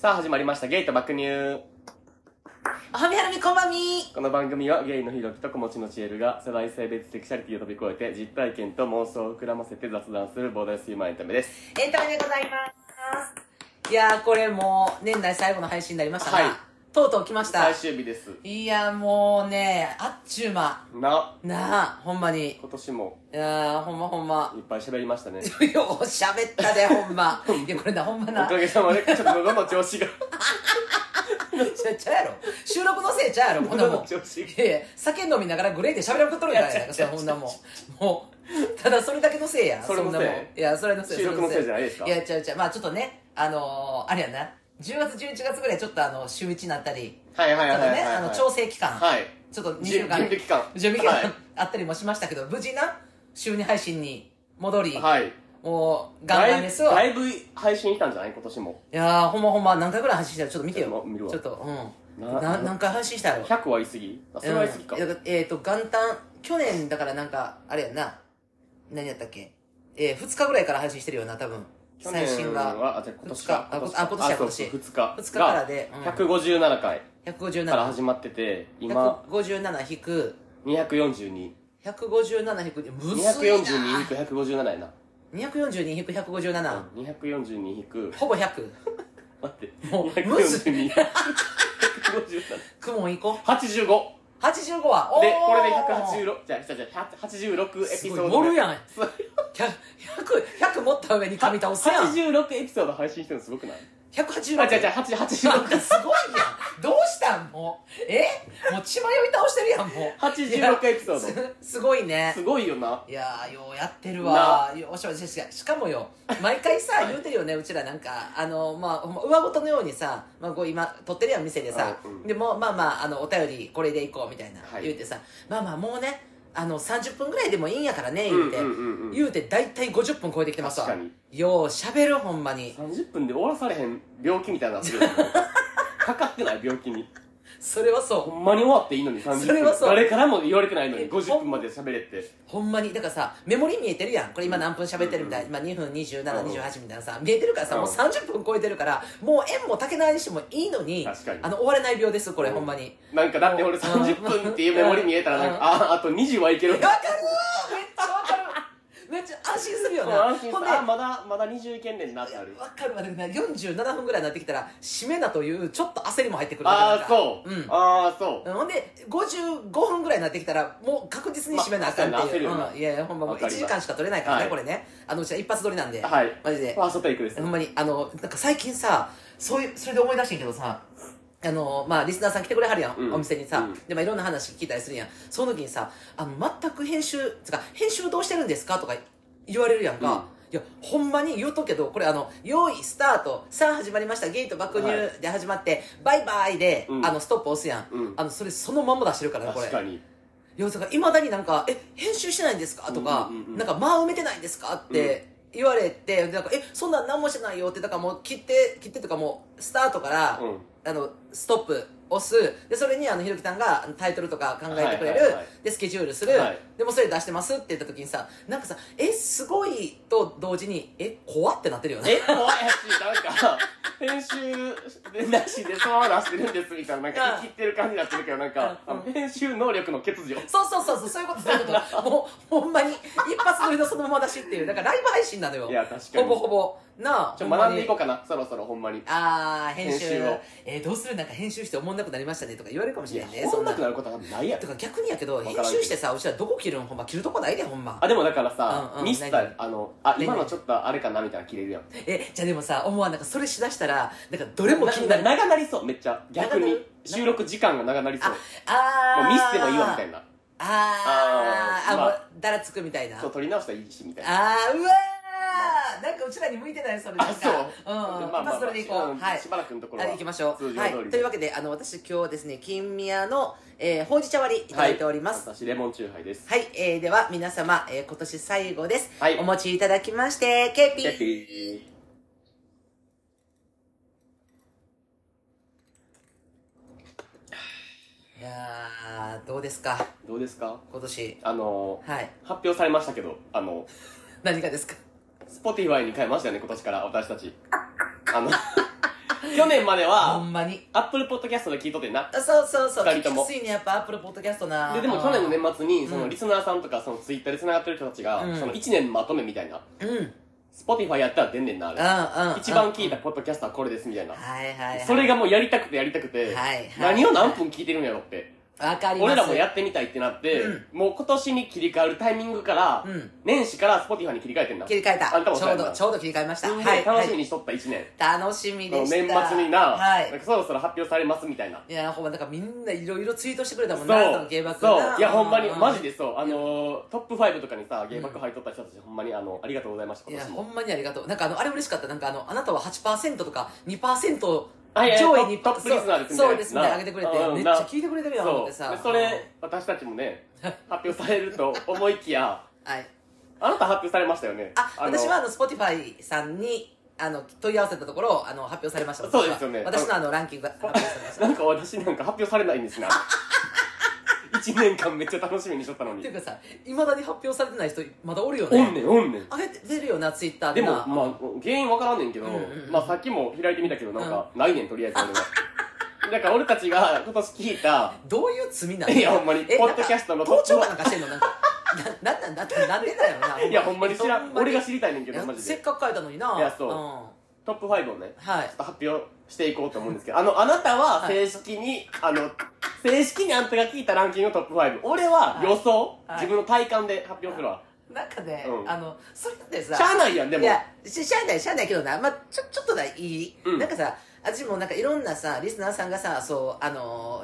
さあ始まりましたゲイと爆乳。 おはみはるみこんばんみ。 この番組はゲイのひろきと子持ちのちえるが世代性別セクシャリティを飛び越えて実体験と妄想を膨らませて雑談するボーダレスヒューマンエンタメです。 エンタメでございます。いやー、これもう年内最後の配信になりましたが、 はいとうとう来ました。 最終日です。 いやもうね、あっちゅう間なあ、ほんまに。 今年もいやー、ほんまいっぱい喋りましたね。 よう喋ったで、ほんま。いや、これな、ほんまな。 おかげさまでちょっと喉の調子がちゃうやろ。収録のせいちゃうやろ、こんなもん。 喉の調子がいやいや、酒飲みながらグレーで喋らんくっとるやないか、ほんなもん。もう、ただそれだけのせいや。 それのせいんなもん。いや、それのせい。 収録のせいじゃないですか。 いや、ちゃう。まあちょっとね、あれやな。10月、11月ぐらいちょっと週1になったり、 はいはいはいはい、はい、 ちょっとね、調整期間、 はい、 ちょっと2週間、 準備期間、 はい、あったりもしましたけど、無事な、週2配信に戻り、 はい、 もう、ガンガンですわ。 だいぶ配信したんじゃない今年も。 いやー、ほんま、何回ぐらい配信したらちょっと見てよ。 見るわちょっと、何回配信したやろ。 100は言い過ぎ？あ、それは言い過ぎか。 元旦、去年だからなんか、あれやんな、何やったっけ2日ぐらいから配信してるよな、多分。最新が。 じゃあ今年か。 今年や、今年。 2日。 2日からで、 157回。 157 から始まってて、今。 157引く。 242。 157引く。むずいな。 242引く157やな。 242引く157。 242引く。 ほぼ100。 待って。 もう、むずい。 142。157。 クモン行こう。 85。 85は、 で、これで186、じゃあ、86エピソード。 盛るやん。100持った上に噛み倒すやん。 86エピソード配信してるのすごくない ?186。 あ、違う、86。 なんかすごいやん。どうしたんもう。もう血迷い倒してるやん、もう。 86エピソード。 すごいね。 すごいよな。 いやー、ようやってるわ。しかもよ、毎回さ、言うてるよね、うちらなんか、まあ、上ごとのようにさ、まあ、今、撮ってるやん、店でさ。でも、まあ、お便りこれでいこう、みたいな。言うてさ、まあ、もうね、30分ぐらいでもいいんやからね、言うて、だいたい50分超えてきてますわ。 確かに。 よう、喋る、ほんまに。 30分で終わらされへん病気みたいになってるよね。かかってない病気に。 それはそう。 ほんまに終わっていいのに30分。 それはそう。 誰からも言われてないのに50分まで喋れって。 ほんまに。だからさ、メモリ見えてるやん。これ今何分喋ってるみたいな。今2分27、28みたいなさ、見えてるからさ、もう30分超えてるから、もう縁も竹縄にしてもいいのに、 確かに。 終われない病です、これ、ほんまに。 なんかだって俺30分っていうメモリ見えたらなんか、あと20はいける。 わかるめっちゃわかるめっちゃ安心するよな。 安心する。まだ20いけんねんなってある。 わかるわ。だから47分ぐらいになってきたら、締めなという、ちょっと焦りも入ってくる。 そう。そう。 ほんで、55分ぐらいになってきたら、もう確実に締めなあかんっていう。いやいや、ほんまもう1時間しか取れないからね、これね。うちは一発撮りなんで。 はい。 マジで。 ファーストテイクです。 ほんまに、なんか最近さ、それで思い出してんけどさ、まあ、リスナーさん来てくれはるやん、お店にさ。で、まあ、いろんな話聞いたりするやん。その時にさ、全く編集どうしてるんですかとか言われるやんか。いや、ほんまに言うとくけど、これ用意スタート、さあ始まりました、ゲート爆乳で始まって、バイバイで、ストップ押すやん。それそのまんま出してるからね、これ。 確かに。 いや、だから、未だになんか、編集してないんですかとか、なんか、間埋めてないんですかって言われて、なんか、そんなん何もしてないよって、だからもう、切ってとかもう、スタートから、ストップ押す。で、それにひろきさんがタイトルとか考えてくれる。で、スケジュールする。でもそれ出してますって言った時にさ、なんかさ、すごいと同時に、怖ってなってるよね。 怖いし、なんか、編集なしでそのまま出してるんですみたいな、なんか、切ってる感じになってるけど、なんか、編集能力の欠如。 そういうこと。もう、ほんまに、一発撮りのそのまま出しっていう。だからライブ配信なのよ。 いや、確かに。 ほぼ。なあ。 学んでいこうかな、そろそろほんまに。 編集を。どうするなんか編集して思んなくなりましたねとか言われるかもしれないね。 思んなくなることはないやん。 とか逆にやけど、編集してさ、うちらどこ切るんほんま切るとこないでほんま。 でもだからさ、ミスター、今のちょっとあれかなみたいな切れるやん。 じゃあでもさ、思わん、なんかそれしだしたら、なんかどれも気になる。 長なりそう、めっちゃ。逆に。収録時間が長なりそう。もうミスってもいいわみたいな。 もう、だらつくみたいな。 そう、撮り直したらいいし、みたいな。 うわーなんかうちらに向いてないそれなんか。 そう。 まあそれでいこう。はい。 しばらくのところは。 行きましょう。 通常通り。 というわけで、私今日ですね、金宮の、ほうじ茶割りいただいております。 私、レモンチューハイです。 はい。では、皆様、今年最後です。 はい。 お持ちいただきまして、ケーピー。 ケーピー。 いやー、どうですか今年。 はい。発表されましたけど、 何がですか Spotify に変えましたよね、今年から、私たち。 去年までほはんまにアップルポッドキャストで聞いとってんな。 そうそうそう、 二人ともきついねやっぱアップルポッドキャストな。 でも去年の年末にそのうんリスナーさんとかそのツイッターで繋がってる人たちが、 うんその1年まとめみたいな、 うんうんスポティファイやったら出んねんな、あれ。一番聞いたポッドキャストはこれですみたいな。 はいはいはい、 それがもうやりたくてやりたくて、 はいはい何を何分聞いてるんやろって。 わかります。 俺らもやってみたいってなって、もう今年に切り替わるタイミングから、年始からスポティファイに切り替えてんだ。 切り替えた。 あんたもそうやんなちょうど切り替えました。 はい。楽しみにしとった1年。 楽しみでした。 年末にな、 はい。 なんかそろそろ発表されますみたいな。 いや、ほんま、なんかみんないろいろツイートしてくれたもんな、その芸爆な。 そう。いや、ほんまに、マジでそう。トップ5とかにさ、芸爆入っとった人たち、ほんまにありがとうございました。 いや、ほんまにありがとう。なんかあれ嬉しかった。なんかあなたは 8% とか 2%、 上位にトップリスナーですみたいな。 そうですみたいな上げてくれて、めっちゃ聞いてくれてるやん、思ってさ。 それ、私たちもね、発表されると思いきや、 はい。 あなた発表されましたよね。 私はSpotify さんに、問い合わせたところ、発表されました。 そうですよね。 私のランキングが発表されました。 なんか私なんか発表されないんですね。1年間めっちゃ楽しみにしとったのに。 っていうかさ、いまだに発表されてない人まだおるよね。 おんねん。 あげてるよな、ツイッターででな。 も、まあ、原因わからんねんけど、まあさっきも開いてみたけど、なんか、ないねん、とりあえず俺は。だから俺たちが今年聞いた、 どういう罪なの？ いや、ほんまに、ポッドキャストの盗聴かなんかしてんの？なんか、なんでだよな。 いや、ほんまに知らん。俺が知りたいねんけど、マジで。 せっかく書いたのにな。 いや、そう。トップ5をね、 はい。 ちょっと発表していこうと思うんですけど、あなたは正式に、正式にあんたが聞いたランキングのトップ5。俺は予想、自分の体感で発表するわ。 なんかね、それってさ、 しゃあないやん、でも。 いや、しゃあないけどな、まあ、ちょっとだ、いい？なんかさ、私もなんかいろんなさ、リスナーさんがさ、そう、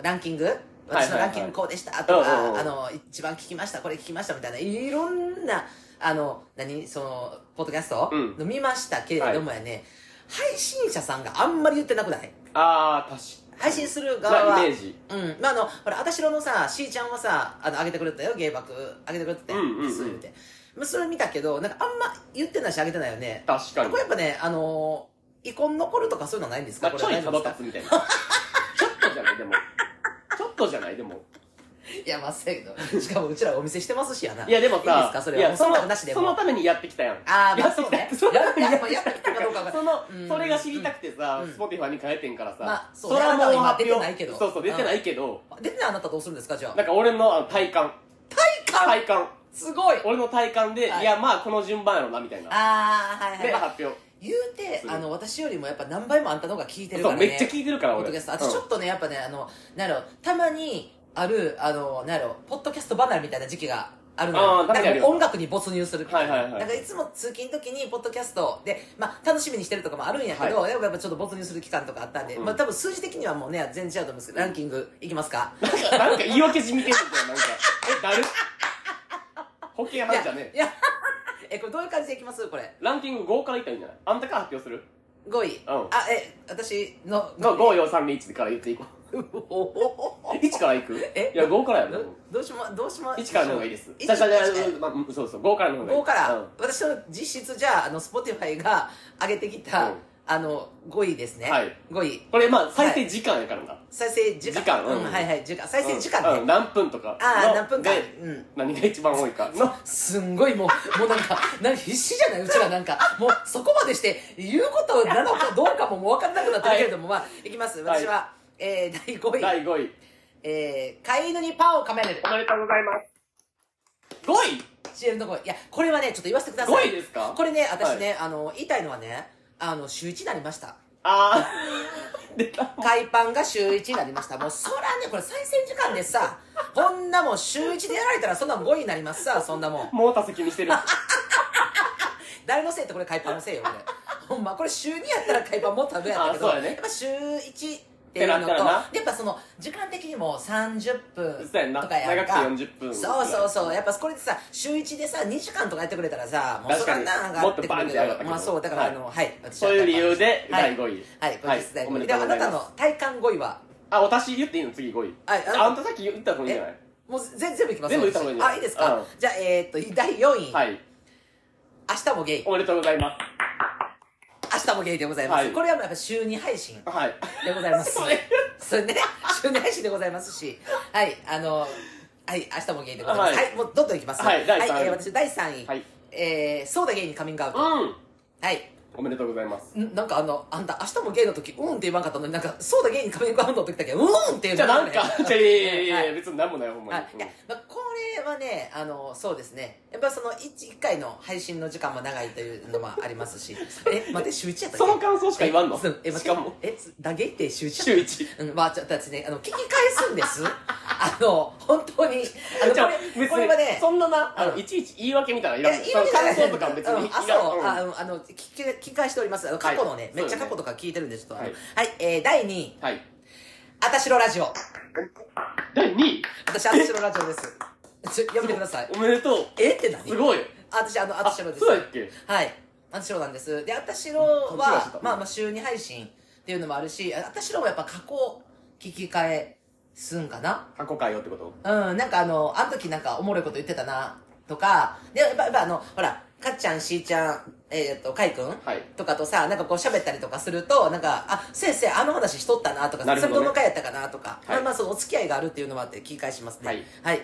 ランキング、私のランキングこうでしたとか、一番聞きました、これ聞きましたみたいな、いろんな、ポッドキャストの見ましたけれどもやね、配信者さんがあんまり言ってなくない？ あー、確かに。 配信する側は、 イメージ。 まあほら、あたしろのさ、しーちゃんはさ、上げてくれたよ、芸爆、上げてくれてたよ、そう言うて。それ見たけど、なんかあんま言ってないし上げてないよね。 確かに。 これやっぱね、イコン残るとかそういうのないんですか？ ちょい角立つみたいな。ちょっとじゃないでも。ちょっとじゃないでも。 いや、まあ、せやけど。しかもうちらお店してますしやな。 いや、でもさ、 いいですかそれは。 そのためにやってきたやん。 ああ、まあそうね。やってきたかどうかが。それが知りたくてさ、スポティファに変えてんからさ。 まあ、それはもう今出てないけど。 そう、出てないけど。 出てないあなたどうするんですか、じゃあ。 なんか俺の体感。体感すごい俺の体感で、いや、まあ、この順番やろな、みたいな。 ああ、はいはい。 で、発表。 言うて、私よりもやっぱ何倍もあんたの方が聞いてるからね。 そう、めっちゃ聞いてるから俺。 私ちょっとね、やっぱね、なんやろ、たまにある、なんやろ、ポッドキャスト離れみたいな時期があるのよ。なんか音楽に没入するみたいな。なんかいつも通勤の時にポッドキャストで、まあ楽しみにしてるとかもあるんやけど、やっぱちょっと没入する期間とかあったんで、まあ多分数字的にはもうね、全然違うと思うんですけど、ランキングいきますか？ なんか言い訳しみてるんだよ、なんか。誰保険派じゃねえ。 いや、これどういう感じでいきますこれ。 ランキング5からいったらいいんじゃない？あんたから発表する ？5位。私の。 5、4、3、2、1から言っていこう。1からいく？いや、5からやろ。 どうしま 1からの方がいいです。そうそう、5からの方がいい。 5から。私の実質じゃあ、Spotify が上げてきた、5位ですね。 はい。 5位。 これ、まあ、再生時間やからな。 再生時間。はいはい、時間。再生時間ね。 何分とか。 何分間。 何が一番多いか。 すんごいもうなんか、必死じゃないうちらなんか、もうそこまでして言うことなのかどうかももう分からなくなってるけれども、まあ、いきます。私は、第5位。 第5位。 飼い犬にパンを噛める。 おめでとうございます。5位 ?CM の5位。いや、これはね、ちょっと言わせてください。 5位ですか？ これね、私ね、言いたいのはね、週1になりました。 出た。 海パンが週1になりました。もうそらね、これ再生時間でさ、こんなもん週1でやられたらそんなもん5位になりますさ、そんなもん。 もう多席にしてる。 誰のせいってこれ海パンのせいよ、これ。ほんま、これ週2やったら海パンもっと上やったけど、やっぱ週1っていうのと、やっぱその、時間的にも30分とかやんか。 長くて40分。 そう。やっぱこれでさ、週1でさ、2時間とかやってくれたらさ、もうそらな上がってくるけど、まあそう、だからはい、 私は。そういう理由で第5位。 はい、これです、第5位。で、あなたの体感5位は？ 私言っていいの？次5位。あんたさっき言った方がいいんじゃない？ もう全部いきます。 全部言った方がいいんじゃない？ いいですか？じゃあ、第4位。 はい。 明日もゲイ。 おめでとうございます。 明日もゲイでございます。これはもうやっぱ週2配信でございます。それね、週2配信でございますし、はい、はい、明日もゲイでございます。はい、もうどんどんいきます。 はい、 私第3位。そうだゲイにカミングアウト。はい。 おめでとうございます。 なんかあんた明日もゲイの時って言わんかったのに、なんかそうだゲイにカミングアウトの時だけっていうじゃあなんかいやはい別になんもないほんまに。 いや、これはね、そうですね。やっぱその1回の配信の時間も長いというのもありますし。待って、週1やったっけ？ その感想しか言わんの？ 待って、 しかも。 だげって週1？ 週1。 まあ、ちょっと私ね、聞き返すんです。本当に。これはね、 そんなな、いちいち言い訳みたいな、 言い訳じゃない。 感想とか別に。 聞き返しております。過去のね、めっちゃ過去とか聞いてるんで、ちょっと。はい、第2位。 はい。 あたしろラジオ。 第2位？ 私、あたしろラジオです。やめてください。 おめでとう。 って何？ すごい。 私、あたしろです。 そうやっけ？ はい。あたしろなんです。で、あたしろは、まあ、週2配信っていうのもあるし、あたしろもやっぱ過去聞き返すんかな？ 過去回よってこと？ なんかあの時なんかおもろいこと言ってたな、とか、で、やっぱほら、かっちゃん、しーちゃん、かいくん、 はい、 とかとさ、なんかこう喋ったりとかすると、なんか、先生、あの話しとったな、とか、それどの回やったかな、とか、はい、まあそのお付き合いがあるっていうのもあって聞き返しますね。はい。はい。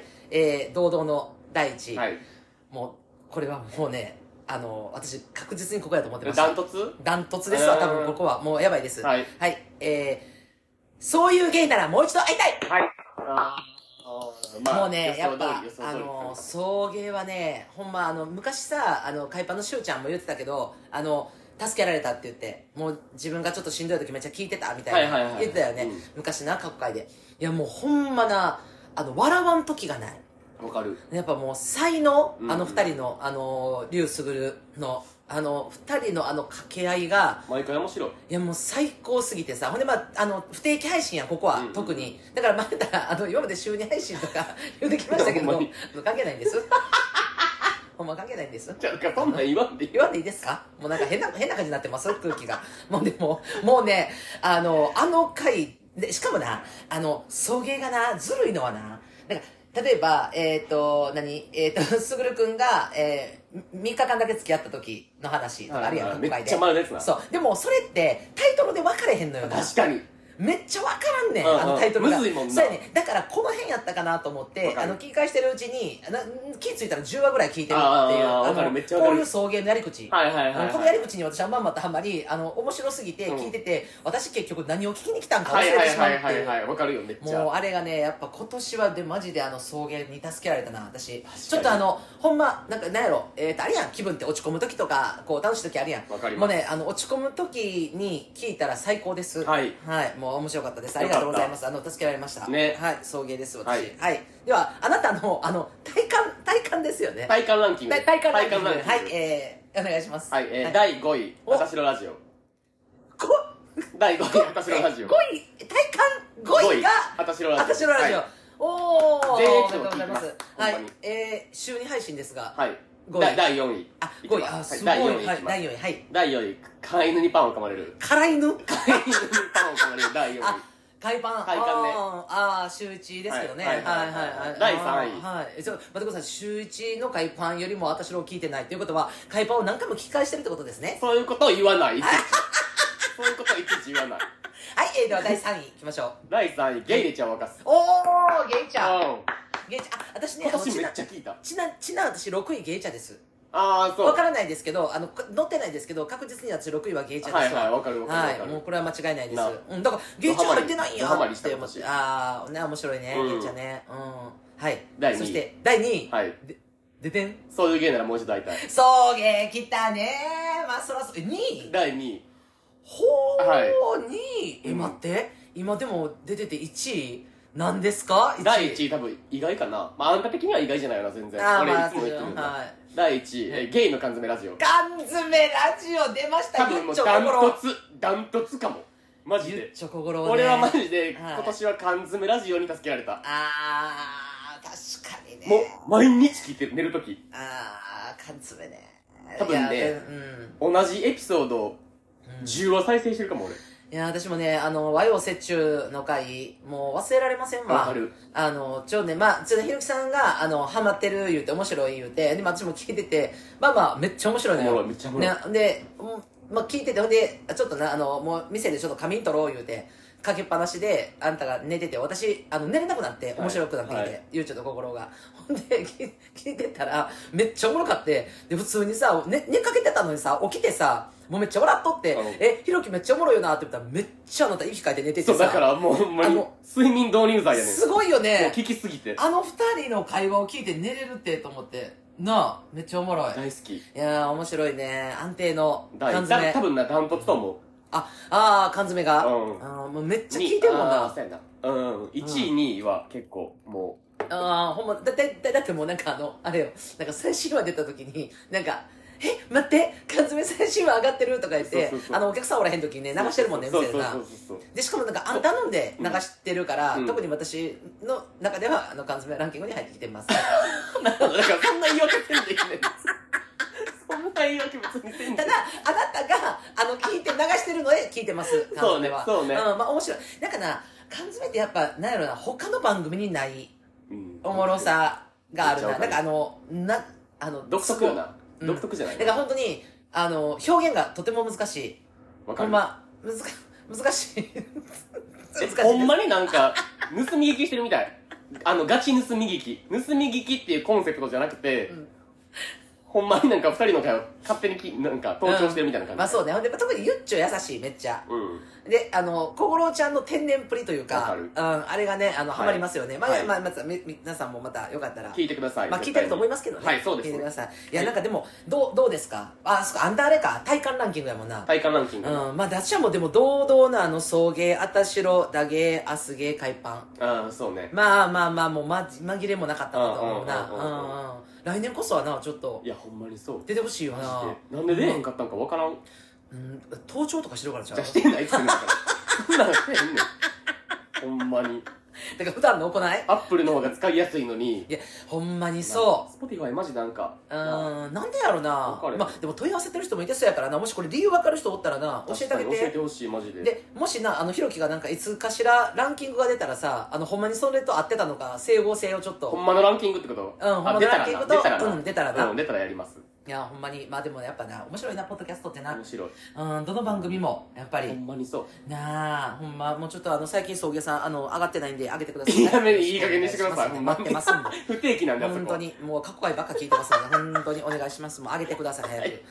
堂々の第一位。はい。もう、これはもうね、私、確実にここやと思ってました。ダントツですわ、多分ここは。もうやばいです。はい。はい。そういうゲイならもう一度会いたい！はい。もうね、やっぱ、送迎はね、ほんま、昔さ、海パンのしゅうちゃんも言ってたけど、助けられたって言って、もう自分がちょっとしんどい時めっちゃ聞いてた、みたいな、言ってたよね。昔な、各界で。いや、もうほんまな、笑わん時がない。 わかる。 やっぱもう、才能、二人の、竜すぐるの、二人の掛け合いが毎回面白い。 いやもう最高すぎてさ、ほんで不定期配信やここは、特にだからまだ今まで週2配信とか言うてきましたけど関係ないんですほんま関係ないんです。 じゃあそんなん言わんでいいですか？もうなんか変な感じになってます空気が。もうでももうね回でしかもな送迎がなずるいのはな、なんか例えば、すぐるくんが、3日間だけ付き合った時の話とかあるやん、 過去回で。めっちゃ前のやつな。 そう。でも、それって、タイトルで分かれへんのよな。 確かに。 めっちゃ分からんねん、タイトルが。 むずいもんな。 そうやね。だから、この辺やったかなと思って、聞き返してるうちに、気づいたら10話ぐらい聞いてるっていう、こういう送迎のやり口。このやり口に私はまんまとハマり、面白すぎて聞いてて、私結局何を聞きに来たんか忘れてしまうっていう。 わかるよ、めっちゃ。 もう、あれがね、やっぱ今年はマジで送迎に助けられたな、私。ちょっとほんま、なんやろ、あれやん、気分って落ち込む時とか、こう、楽しい時あるやん。もうね、落ち込む時に聞いたら最高です。はい。はい、もう面白かったです。ありがとうございます。助けられました。ね。はい、送迎です、私。はい。では、あなたの、体感ですよね。 体感ランキング。 体感ランキング。はい、お願いします。 はい、第5位、私のラジオ。第5位、私のラジオ。 5位、体感5位が、 私のラジオ。 私のラジオ。おー、 全員ありがとうございます。はい、週2配信ですが、 はい。第4位。 あ、5位。あ、すごい。第4位。はい。 第4位。飼い犬にパンを噛まれる。 辛犬？ 飼い犬にパンを噛まれる。第4位。 海パン。 海パンね。 週1ですけどね。 はい。第3位。 はい。待ってください。週1の海パンよりも私のを聞いてないということは、海パンを何回も聞き返してるってことですね。 そういうことを言わない。そういうことをいちいち言わない。 はい、では第3位いきましょう。 第3位、ゲイレちゃんを沸かす。 おー、ゲイちゃん。ゲイちゃん。私ね、 今年めっちゃ聞いた。 ちな私6位ゲイちゃんです。 ああ、そう。 わからないですけど、載ってないですけど、確実に私6位はゲイちゃんです。 はい、わかる。 はい、もうこれは間違いないです。だからゲイちゃん入ってないんやって思って。面白いね、ゲイちゃんね。はい。そして、第2位。はい。でてん。 そういうゲイならもう一度会いたい。 そうゲー来たねー。まあそらそう。2位？ 第2位。 ほー、2位。待って。今でも出てて1位何ですか？ 第1位多分意外かな。まああんた的には意外じゃないよな、全然。俺いつも言ってるんだ。第1位、ゲイの缶詰ラジオ。 缶詰ラジオ出ました。 多分もうダントツかも。マジで。俺はマジで今年は缶詰ラジオに助けられた。 確かにね。 もう毎日聞いてる、寝るとき。 缶詰ね。 多分ね、同じエピソード10話再生してるかも俺。 いや、私もね、和洋折衷の回、もう忘れられませんわ。 わかる。 まあ、ひろきさんが、ハマってる言うて、面白い言うて、で、私も聞いてて、まあ、めっちゃ面白いのよ。 めっちゃ面白い。で、まあ、聞いてて、ほんで、ちょっとな、もう、店でちょっと仮眠取ろう言うて、かけっぱなしで、あんたが寝てて、私、寝れなくなって、面白くなってきて、ゆうちょと心が。ほんで、聞いてたら、めっちゃおもろかって、で、普通にさ、寝かけてたのにさ、起きてさ、 もうめっちゃ笑っとって「ひろきめっちゃおもろいよな」って言ったらめっちゃあなた息かいて寝ててさ。 そうだからもうほんまに睡眠導入剤やねん。 すごいよね。 もう聞きすぎてあの二人の会話を聞いて寝れるってと思ってなあ、めっちゃおもろい。 大好き。 いやー面白いね。安定の缶詰。 多分なダントツと思う。 缶詰がもうめっちゃ聞いてるもんな。 そうやな。1位2位は結構もうほんまだってもうなんかあれよ、なんか最新話出た時になんか待って缶詰最新話上がってるとか言ってお客さんおらへん時にね流してるもんね、店でさ。でしかもなんかあんた飲んで流してるから、特に私の中では缶詰ランキングに入ってきてます。 だからそんな言い訳せんでいいねん。そんな言い訳別にせんで。 ただあなたが聞いて流してるので聞いてます。缶詰はそうね。 まあ面白い。だから缶詰ってやっぱなんやろな、他の番組にないおもろさがあるな。なんか独特よな。独特じゃない。 だから本当に表現がとても難しい。ほんま難しい。 ほんまになんか盗み聞きしてるみたい。ガチ盗み聞き。盗み聞きっていうコンセプトじゃなくて、ほんまになんか二人の会話勝手になんか盗聴してるみたいな感じ。 まあそうね。ほんで特にゆっちょ優しい、めっちゃ。で小五郎ちゃんの天然っぷりというか、あれがねハマりますよね。まあ皆さんもまたよかったら聞いてください。 まあ聞いてると思いますけどね。 はい、そうです。 聞いてください。いやなんかでもどうですか。あんたあれか、体感ランキングやもんな。 体感ランキング。 まあ私はもうでも堂々な送迎、あたしろ、打芸、アス芸、海パン。 そうね。 まあもう紛れもなかったなと思うな。来年こそはな、ちょっと。 いやほんまにそう。 出てほしいよな。 なんで出へんかったんかわからん。 盗聴とかしてるからちゃう。 じゃしてないっつってんだから。そんなんしてへんねん。ほんまに。 だから普段の行いアップルの方が使いやすいのに。 いやほんまにそう。 Spotify マジなんかなんでやろな。まあでも問い合わせてる人もいてそうやからな。もしこれ理由分かる人おったらな、教えてあげて。 教えてほしいマジで。 でもしなひろきがなんかいつかしらランキングが出たらさ、ほんまにそれと合ってたのか整合性をちょっと。 ほんまのランキングってこと？ ほんまのランキングと出たらな。 出たらやります。 いやほんまに。まあでもやっぱな、面白いなポッドキャストってな。 面白い。 どの番組もやっぱりほんまにそうなあ。ほんまもうちょっと最近送迎さん上がってないんで上げてください。 いい加減にしてください。 待ってますんで。 不定期なんで。 本当にもう過去回ばっか聞いてますんで本当にお願いします。もう上げてください早く。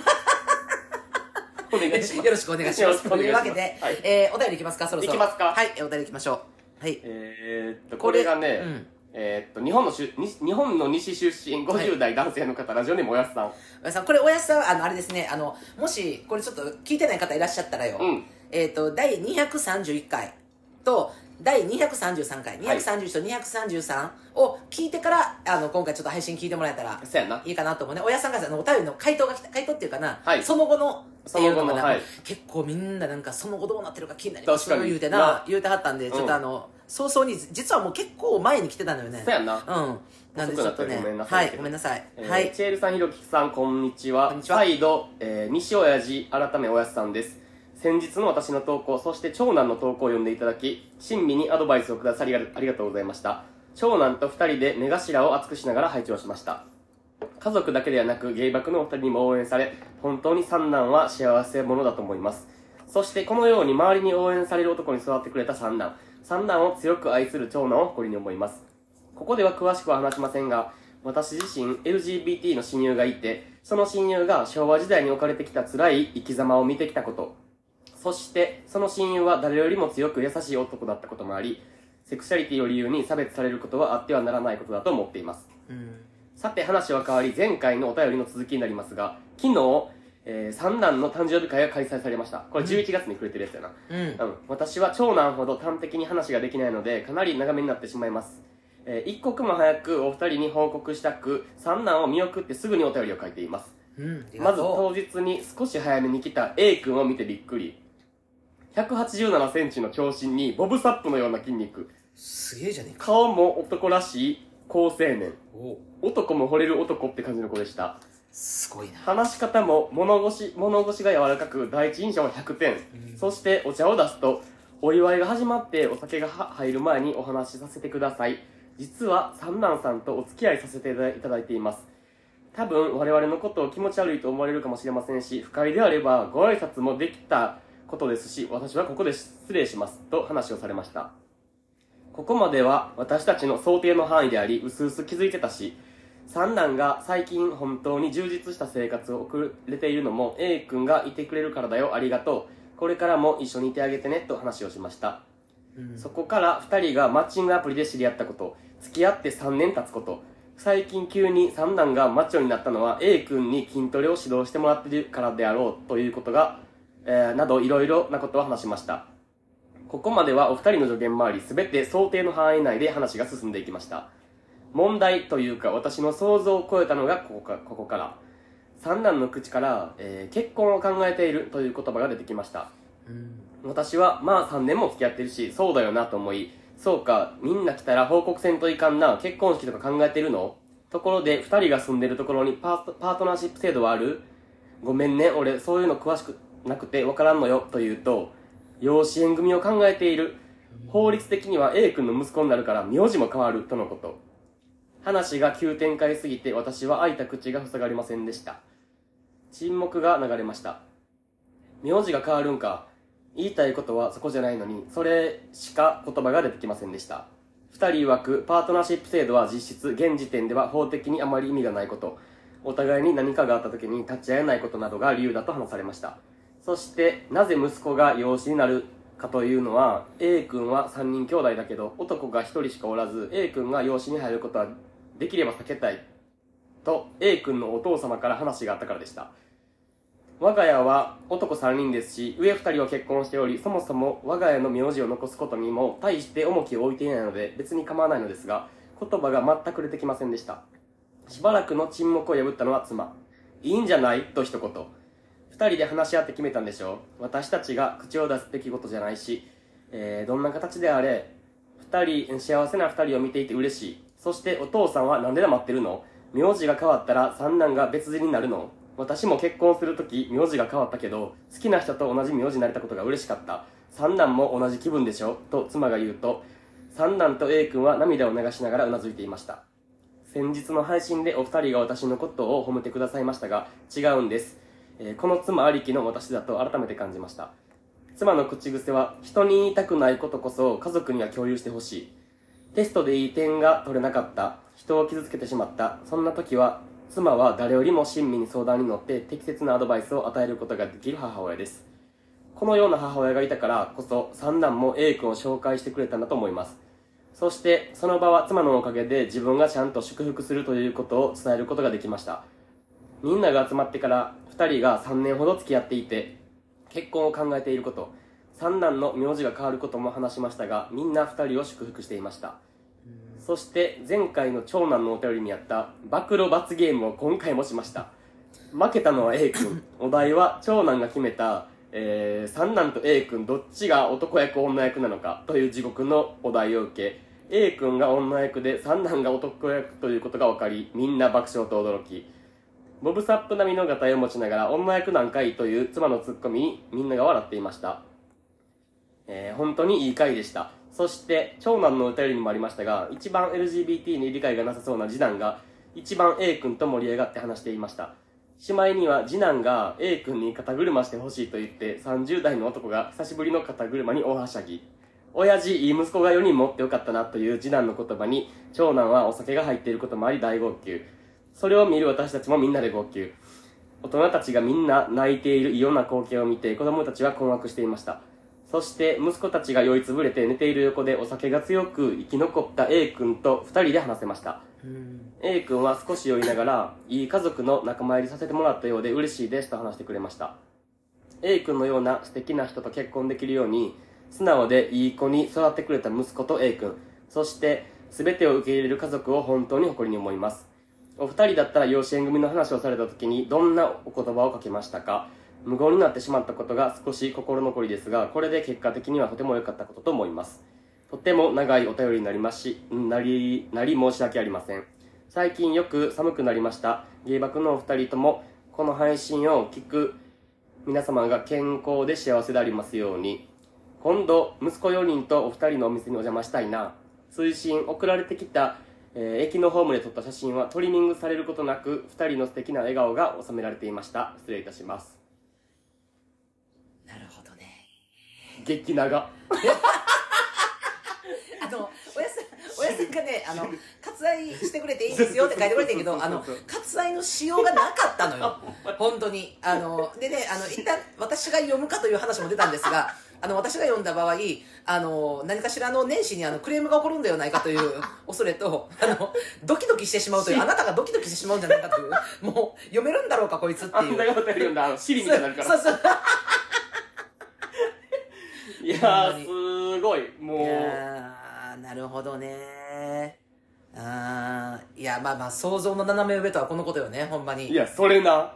お願いします。 よろしくお願いします。というわけでお便りいきますか。そろそろいきますか。 はい、お便りいきましょう。はい。 これがね、日本の西出身50代男性の方、ラジオネームおやすさん。 おやすさん、これおやすさんあれですね、もしこれちょっと聞いてない方いらっしゃったらよ、第231回と第233回、231と233を聞いてから今回ちょっと配信聞いてもらえたらいいかなと思うね。おやすさんからお便りの回答が来た、回答っていうかな、その後のっていうのがな、結構みんななんかその後どうなってるか気になります言うてはったんで、ちょっと早々に、実はもう結構前に来てたのよね。 そうやんな。 なんでちょっとね、はい、ごめんなさい。 はい。チェールさん、ひろきさん、こんにちは。再度、西親父、改めおやすさんです。先日の私の投稿、そして長男の投稿を読んでいただき、親身にアドバイスをくださりありがとうございました。長男と二人で目頭を熱くしながら拝聴しました。家族だけではなく、芸爆のお二人にも応援され、本当に三男は幸せ者だと思います。そしてこのように周りに応援される男に育ってくれた三男を強く愛する長男を誇りに思います。ここでは詳しくは話しませんが、私自身 LGBT の親友がいて、その親友が昭和時代に置かれてきた辛い生き様を見てきたこと、そしてその親友は誰よりも強く優しい男だったこともあり、セクシャリティを理由に差別されることはあってはならないことだと思っています。さて話は変わり、前回のお便りの続きになりますが、昨日三男の誕生日会が開催されました。これ11月に触れてるやつやな。私は長男ほど端的に話ができないので、かなり長めになってしまいます。一刻も早くお二人に報告したく、三男を見送ってすぐにお便りを書いています。まず当日に少し早めに来た A 君を見てびっくり。187センチの長身にボブサップのような筋肉。 すげえじゃねえか。 顔も男らしい好青年。男も惚れる男って感じの子でした。 すごいな。 話し方も物腰が柔らかく、第一印象は100点。そしてお茶を出すと、お祝いが始まってお酒が入る前にお話しさせてください。実は三男さんとお付き合いさせていただいています。多分我々のことを気持ち悪いと思われるかもしれませんし、不快であればご挨拶もできたことですし、私はここで失礼しますと話をされました。ここまでは私たちの想定の範囲であり、うすうす気づいてたし、 三男が最近本当に充実した生活を送れているのも A 君がいてくれるからだよ、ありがとう、これからも一緒にいてあげてねと話をしました。そこから2人がマッチングアプリで知り合ったこと、付き合って3年経つこと、最近急に三男がマッチョになったのは A 君に筋トレを指導してもらっているからであろうということが、などいろいろなことを話しました。ここまではお二人の助言もあり、全て想定の範囲内で話が進んでいきました。問題というか私の想像を超えたのがここから、三男の口から、結婚を考えているという言葉が出てきました。私はまあ3年も付き合ってるし、そうだよなと思い、そうか、みんな来たら報告せんといかんな、結婚式とか考えてるの？ところで2人が住んでるところにパートナーシップ制度はある？ごめんね、俺そういうの詳しくなくて分からんのよと言うと、養子縁組を考えている、法律的には A 君の息子になるから名字も変わるとのこと。話が急展開すぎて私は開いた口が塞がりませんでした。沈黙が流れました。名字が変わるんか、言いたいことはそこじゃないのに、それしか言葉が出てきませんでした。二人曰く、パートナーシップ制度は実質、現時点では法的にあまり意味がないこと、お互いに何かがあった時に立ち会えないことなどが理由だと話されました。そして、なぜ息子が養子になるかというのは、A 君は3人兄弟だけど、男が1人しかおらず、A 君が養子に入ることはできれば避けたい、と A 君のお父様から話があったからでした。我が家は男3人ですし、上2人は結婚しており、そもそも我が家の名字を残すことにも大して重きを置いていないので別に構わないのですが、言葉が全く出てきませんでした。しばらくの沈黙を破ったのは妻。いいんじゃないと一言。2人で話し合って決めたんでしょう。私たちが口を出すべきことじゃないし、どんな形であれ幸せな2人を見ていて嬉しい。そしてお父さんはなんで黙ってるの？名字が変わったら三男が別人になるの？私も結婚するとき名字が変わったけど、好きな人と同じ名字になれたことが嬉しかった。三男も同じ気分でしょと妻が言うと、三男と A 君は涙を流しながらうなずいていました。先日の配信でお二人が私のことを褒めてくださいましたが、違うんです。この妻ありきの私だと改めて感じました。妻の口癖は、人に言いたくないことこそ家族には共有してほしい。テストでいい点が取れなかった。人を傷つけてしまった。そんな時は、妻は誰よりも親身に相談に乗って適切なアドバイスを与えることができる母親です。このような母親がいたからこそ三男も A 君を紹介してくれたんだと思います。そしてその場は妻のおかげで自分がちゃんと祝福するということを伝えることができました。みんなが集まってから2人が3年ほど付き合っていて結婚を考えていること、三男の名字が変わることも話しましたが、みんな2人を祝福していました。そして前回の長男のお便りにあった暴露罰ゲームを今回もしました。負けたのは A 君。お題は長男が決めた、三男と A 君どっちが男役女役なのかという地獄のお題を受け、 A 君が女役で三男が男役ということが分かり、みんな爆笑と驚き、ボブサップ並みのガタイを持ちながら女役なんかいという妻のツッコミにみんなが笑っていました。本当にいい回でした。そして長男のお便りにもありましたが、一番 LGBT に理解がなさそうな次男が一番 A 君と盛り上がって話していました。しまいには次男が A 君に肩車してほしいと言って30代の男が久しぶりの肩車に大はしゃぎ、親父いい息子が4人持ってよかったなという次男の言葉に長男はお酒が入っていることもあり大号泣。それを見る私たちもみんなで号泣。大人たちがみんな泣いている異様な光景を見て子供たちは困惑していました。そして息子たちが酔いつぶれて寝ている横でお酒が強く生き残った A 君と2人で話せました。A 君は少し酔いながらいい家族の仲間入りさせてもらったようで嬉しいですと話してくれました。 A 君のような素敵な人と結婚できるように素直でいい子に育ってくれた息子と A 君、そして全てを受け入れる家族を本当に誇りに思います。お二人だったら養子縁組の話をされた時にどんなお言葉をかけましたか？無言になってしまったことが少し心残りですが、これで結果的にはとても良かったことと思います。とても長いお便りになりますし、なり申し訳ありません。最近よく寒くなりました。芸爆のお二人ともこの配信を聞く皆様が健康で幸せでありますように。今度息子4人とお二人のお店にお邪魔したいな。追伸送られてきた、駅のホームで撮った写真はトリミングされることなく二人の素敵な笑顔が収められていました。失礼いたします。 なるほどね。 激長。 おや親さんがね、割愛してくれていいんですよって書いてくれてんけど、割愛のしようがなかったのよ。本当に。でね、一旦私が読むかという話も出たんですが、私が読んだ場合、何かしらの年始にクレームが起こるんではないかという恐れと、ドキドキしてしまうという、あなたがドキドキしてしまうんじゃないかという、もう、読めるんだろうか、こいつっていう。 あんなこと読んだ、シリみたいになるから。 そう。 いやー、すごい、もう。いやー、なるほどね。いや、まあまあ、想像の斜め上とはこのことよね、ほんまに。 いや、それな。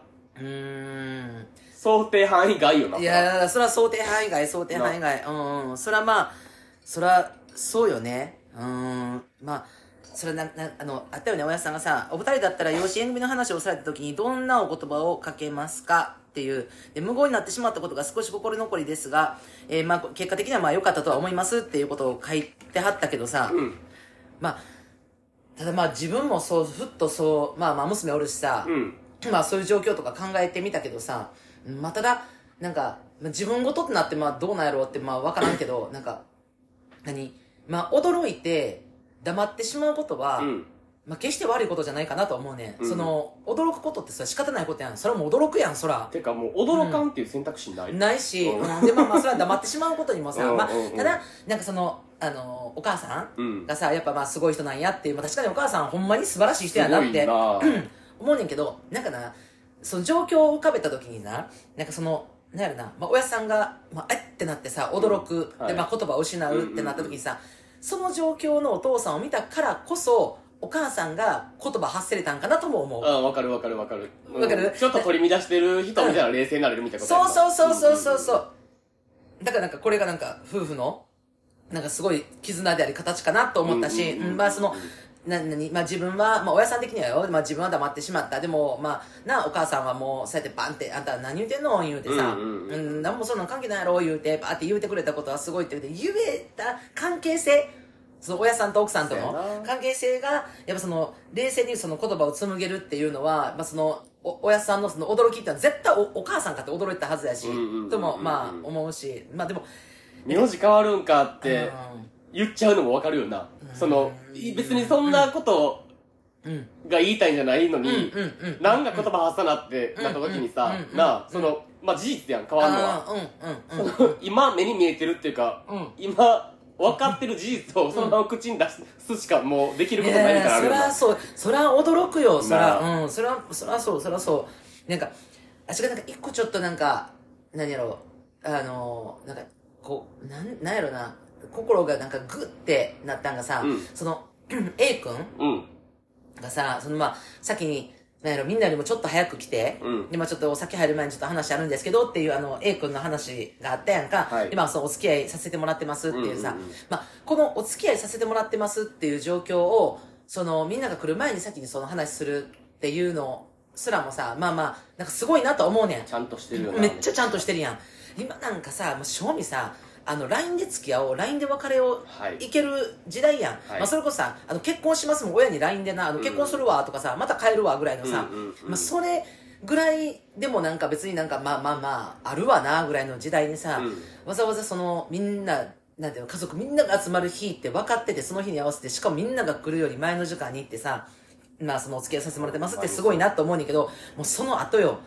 想定範囲外よな。 いや、それは想定範囲外。それはまあ、それは、そうよね。まあ、それあったよね、おやさんがさ、お二人だったら養子縁組の話をされた時に、どんなお言葉をかけますかっていう。で、無言になってしまったことが少し心残りですが、まあ、結果的にはまあ良かったとは思いますっていうことを書いてはったけどさ、まあ、ただまあ自分もそう、ふっとそう、まあ娘おるしさ、まあそういう状況とか考えてみたけどさ、まあただ、なんか、自分ごとってなってまあどうなんやろうってまあわからんけど、なんか、まあ驚いて黙ってしまうことは、まあ決して悪いことじゃないかなと思うね。驚くことってさ仕方ないことやん。それはもう驚くやん、そら。 てかもう驚かんっていう選択肢ない、 ないし、でまあそれは黙ってしまうことにもさ、まあただ、なんかお母さんがさ、やっぱまあすごい人なんやっていう、まあ確かにお母さんほんまに素晴らしい人やなって思うねんけど、なんかな、その状況を浮かべた時にな、なんかなんやろな、まあ親さんが、まあ、ってなってさ、驚く、でまあ言葉を失うってなった時にさ、その状況のお父さんを見たからこそ、お母さんが言葉発せれたんかなとも思う。 わかる。 わかるちょっと取り乱してる人みたいな冷静になれるみたいなことそう。だからなんかこれがなんか夫婦の、なんかすごい絆であり形かなと思ったし、まあまあ自分は、まあ親さん的にはよ、まあ自分は黙ってしまった。でも、まあお母さんはもうそうやってバンって、あんた何言うてんの言うてさ、何もそんなん関係ないやろ言うて、バーって言うてくれたことはすごいって言えた関係性、その親さんと奥さんとの関係性が、やっぱ冷静にその言葉を紡げるっていうのは、まあ親さんのその驚きってのは絶対お母さんかって驚いたはずやし、ともまあ思うし、まあでも、 名字変わるんかって言っちゃうのもわかるよな。別にそんなことが言いたいんじゃないのに、なんか言葉発さなってなった時にさ、まあ事実やん、変わるのは。今目に見えてるっていうか、今、分かってる事実をそのまま口に出すしかもうできることないみたいなあるよな。 そら驚くよ、そらそう。なんか、私がなんか一個ちょっとなんか、何やろう、なんか、こう、なんやろな、心がなんかグッてなったんがさ、A 君がさ、まあ、先に、なんやろ、みんなよりもちょっと早く来て、で、まあちょっとお酒入る前にちょっと話あるんですけどっていうA 君の話があったやんか、で、まあお付き合いさせてもらってますっていうさ、まあこのお付き合いさせてもらってますっていう状況を、みんなが来る前に先にその話するっていうのすらもさ、まあまあ、なんかすごいなと思うねん。 ちゃんとしてるよな。 めっちゃちゃんとしてるやん。今なんかさ、もう正味さ、LINE で付き合おう、LINE で別れをいける時代やん。まあそれこそさ、結婚しますもん、親に LINE でな、結婚するわとかさ、また帰るわぐらいのさ、まあそれぐらいでもなんか別になんかまあ、あるわなぐらいの時代にさ、わざわざみんな、なんていうの、家族みんなが集まる日って分かってて、その日に合わせて、しかもみんなが来るより前の時間に行ってさ、まあお付き合いさせてもらってますってすごいなと思うねんけど、もうその後よ、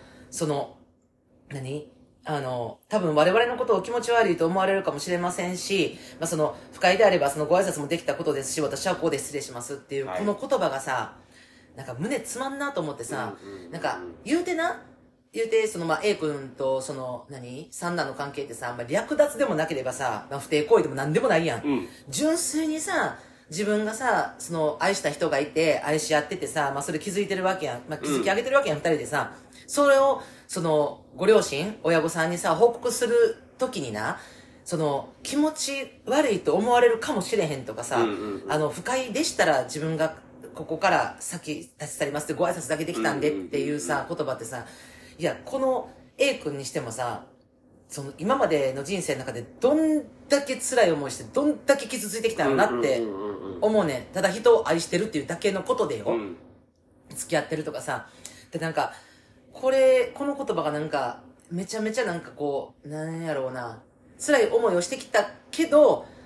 多分我々のことを気持ち悪いと思われるかもしれませんし、まあ不快であればご挨拶もできたことですし、私はこうで失礼しますっていう、この言葉がさ、なんか胸つまんなと思ってさ、なんか言うて、まあ A 君と三男の関係ってさ、まあ略奪でもなければさ、まあ不貞行為でもなんでもないやん。純粋にさ、自分がさ、愛した人がいて、愛し合っててさ、まあそれ気づいてるわけやん。まあ気づき上げてるわけやん、二人でさ。それを、ご両親、親御さんにさ、報告するときにな、気持ち悪いと思われるかもしれへんとかさ、不快でしたら自分がここから先立ち去りますってご挨拶だけできたんでっていうさ、言葉ってさ、いや、この A 君にしてもさ、今までの人生の中でどんだけ辛い思いして、どんだけ傷ついてきたのなって思うねん。ただ人を愛してるっていうだけのことでよ。付き合ってるとかさ。で、なんか、この言葉がなんか、めちゃめちゃなんかこう、なんやろうな、辛い思いをしてきたけど、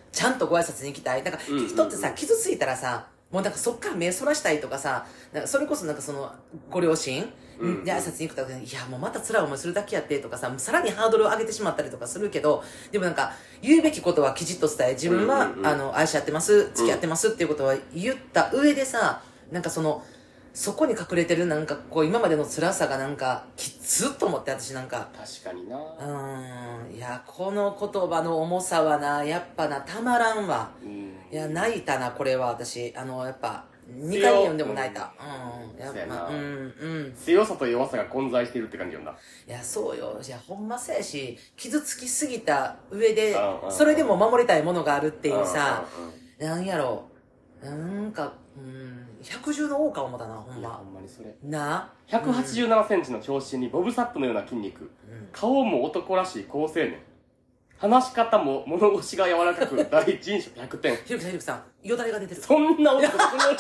ちゃんとご挨拶に行きたい。なんか人ってさ、傷ついたらさ、もうなんかそっから目そらしたいとかさ、なんかそれこそなんかそのご両親で挨拶に行くと、いやもうまた辛い思いするだけやってとかさ、さらにハードルを上げてしまったりとかするけど、でもなんか言うべきことはきちっと伝え、自分は愛し合ってます、付き合ってますっていうことは言った上でさ、なんかそこに隠れてるなんかこう今までの辛さがなんかきつっと思って、私なんか確かにな。 いやこの言葉の重さはな、やっぱなたまらんわ。いや泣いたな、これは私やっぱ2回目読んでも泣いた。やっぱ強さと弱さが混在してるって感じよな。 いやそうよ。いやほんまそうやし、傷つきすぎた上でそれでも守りたいものがあるっていうさ、なんやろなんか百獣の王か思ったな、ほんま。 ほんまにそれな 187センチの長身にボブサップのような筋肉、顔も男らしい好青年、話し方も物腰が柔らかく第一印象100点。 ひろきさんよだれが出てる。 そんな男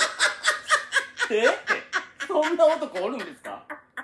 そんな男おるんですか？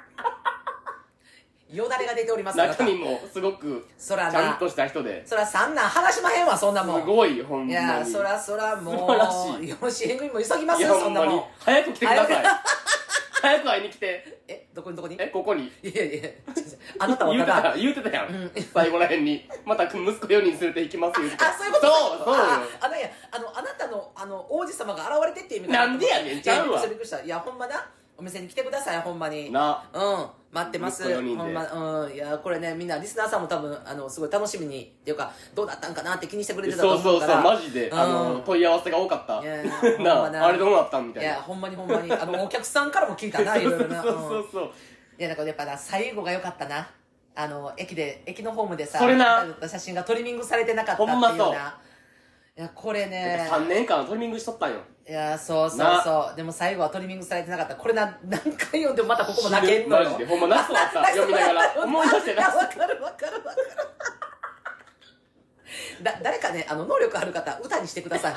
よだれが出ております。 中身もすごくちゃんとした人で、 そらそんなん話しまへんわ、そんなもん。 すごいほんまに。いやそらもう素晴らしい。 養子縁組も急ぎますよ、そんなもん。 早く来てください。早く会いに来て。 どこにここに。 いやあなたはただ言うてたやん、最後らへんにまた息子4人連れて行きますよ。 そういうこと。 そうよ。 あなたの王子様が現れてっていう意味なんでやねん、ちゃうわ。 いやほんまな、お店に来てください、ほんまに。 な。 待ってます。ほんま、いや、これね、みんな、リスナーさんも多分、すごい楽しみに、っていうか、どうだったんかなって気にしてくれてたと思うから。 そう、マジで、問い合わせが多かった。なあれどうなったんみたいな。 いや、ほんまに、お客さんからも聞いたな、いろいろな。 そう。 いや、なんかやっぱな、最後が良かったな。駅のホームでさ、 それな。 写真がトリミングされてなかったっていうな。いや、これね。 3年間トリミングしとったんよ。 いや、そう。でも最後はトリミングされてなかった。これ何回読んでもまたここも泣けんのよ。 マジで。ほんま泣くわった。読みながら。思い出してな。 わかる。誰かね、能力ある方、歌にしてください、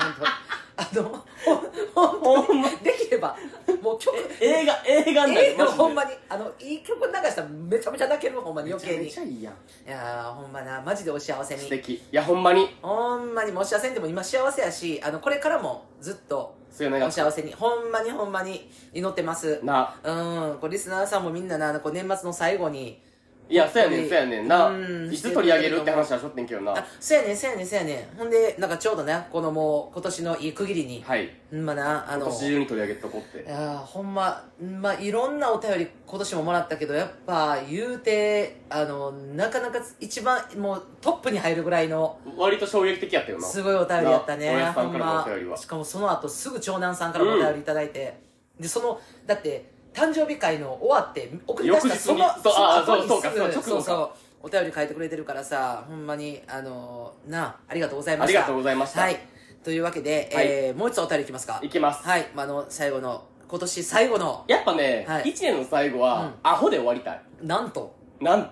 本当に。できれば、もう曲。映画になる。ほんまに。いい曲流したらめちゃめちゃ泣ける、ほんまに余計に。 めちゃめちゃいいやん。 いやほんまな、マジでお幸せに。 素敵。いや、ほんまに。 もう幸せにでも今幸せやし、これからもずっと、お幸せに。ほんまに祈ってます。リスナーさんもみんなな、年末の最後に、 いや、そうやねんな。いつ取り上げるって話はしょってんけどな。 そうやねん。ほんで、なんかちょうどね、このもう、今年のいい区切りに。 はい。 今年中に取り上げとこって。 いやほんま、いろんなお便り今年ももらったけど、やっぱ言うて、なかなか一番、もうトップに入るぐらいの。 割と衝撃的やったよな。 すごいお便りやったね。 おやさんからのお便りは。 しかもその後すぐ長男さんからもお便りいただいて。で、だって、誕生日会の終わって送り出したその後にそうお便り書いてくれてるからさ、ほんまにありがとうございました。 ありがとうございました。 はい、というわけで、もう一つお便りいきますか。 いきます。 はい、最後の今年最後のやっぱね、1年の最後はアホで終わりたい。 なんとなん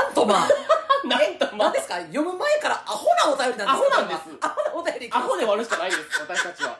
ですか。読む前からアホなお便りなんですか。 アホなんです。 アホなお便り。 アホで終わるしかないです、私たちは。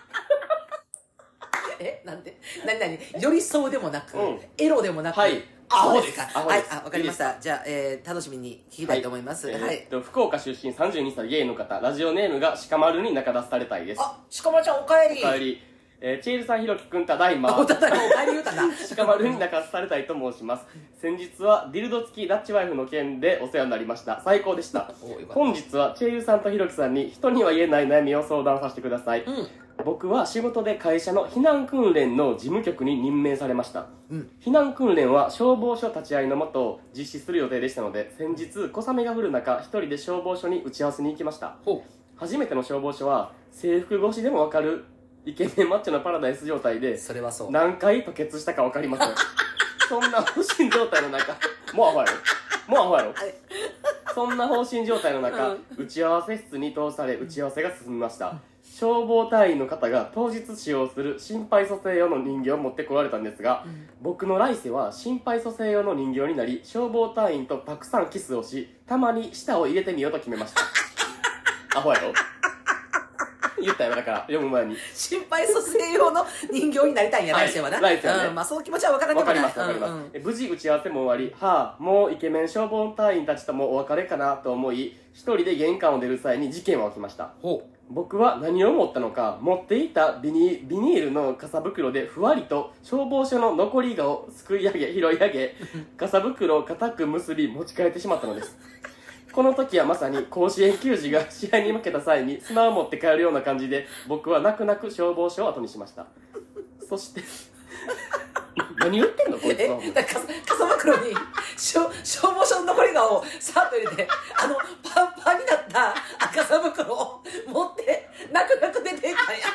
なんで何寄り添うでもなく、エロでもなく、アホですか。はい、わかりました。じゃあ、楽しみに聞きたいと思います。 福岡出身32歳ゲイの方、ラジオネームが鹿丸に中出されたいです。 鹿丸ちゃんおかえり。 おかえり。チエルさん、ひろきくん、ただいま。 おかえり言うたな。 鹿丸に中出されたいと申します。先日はディルド付きダッチワイフの件でお世話になりました。最高でした。本日はチエルさんとひろきさんに人には言えない悩みを相談させてください。僕は仕事で会社の避難訓練の事務局に任命されました、避難訓練は消防署立ち会いのもと実施する予定でしたので、先日小雨が降る中一人で消防署に打ち合わせに行きました。初めての消防署は制服越しでも分かるイケメンマッチョのパラダイス状態で、 それはそう何回吐血したか分かりません。そんな放心状態の中、もうアホやろそんな放心状態の中、打ち合わせ室に通され打ち合わせが進みました。消防隊員の方が当日使用する心肺蘇生用の人形を持ってこられたんですが、僕の来世は心肺蘇生用の人形になり、消防隊員とたくさんキスをし、たまに舌を入れてみようと決めました。アホやろ言ったよ、だから読む前に心肺蘇生用の人形になりたいんや、来世はな。 来世はね、 その気持ちは分からなくない。 分かります。無事打ち合わせも終わり、もうイケメン消防隊員たちともお別れかなと思い、一人で玄関を出る際に事件は起きました。 僕は何を思ったのか、持っていたビニールの傘袋でふわりと消防署の残り香をすくい上げ拾い上げ、傘袋を固く結び持ち帰ってしまったのです。この時はまさに甲子園球児が試合に負けた際に砂を持って帰るような感じで、僕は泣く泣く消防署を後にしました。そして何言ってんのこいつは。 傘袋に消防署の残り香をさっと入れて、パンパンになった傘袋を持って泣く泣く出ていったんや。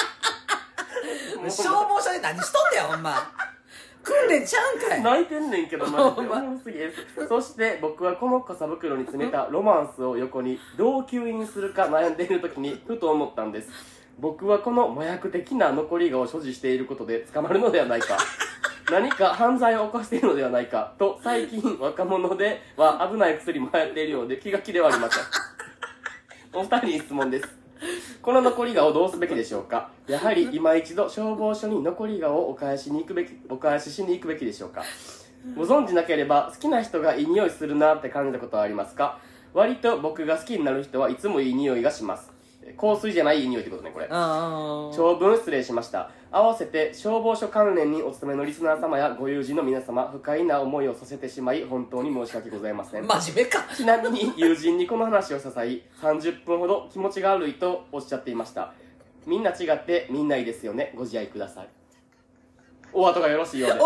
消防署で何しとんだよほんま。訓練ちゃうんかい。 泣いてんねんけどマジでおもろすぎです。そして僕はこの傘袋に詰めたロマンスを横にどう吸引するか悩んでいる時にふと思ったんです。僕はこの麻薬的な残り香を所持していることで捕まるのではないか、何か犯罪を犯しているのではないかと、最近若者では危ない薬も流行っているようで気が気ではありません。お二人に質問です。この残り香をどうすべきでしょうか。やはり今一度消防署に残り香をお返ししに行くべきでしょうか。ご存知なければ好きな人がいい匂いするなって感じたことはありますか。割と僕が好きになる人はいつもいい匂いがします。香水じゃないいい匂いってことねこれ。長文失礼しました。合わせて消防署関連にお勤めのリスナー様やご友人の皆様、不快な思いをさせてしまい本当に申し訳ございません。 真面目か。 ちなみに友人にこの話をささい30分ほど気持ちが悪いとおっしゃっていました。みんな違ってみんないいですよね。ご自愛ください。お後がよろしいようで。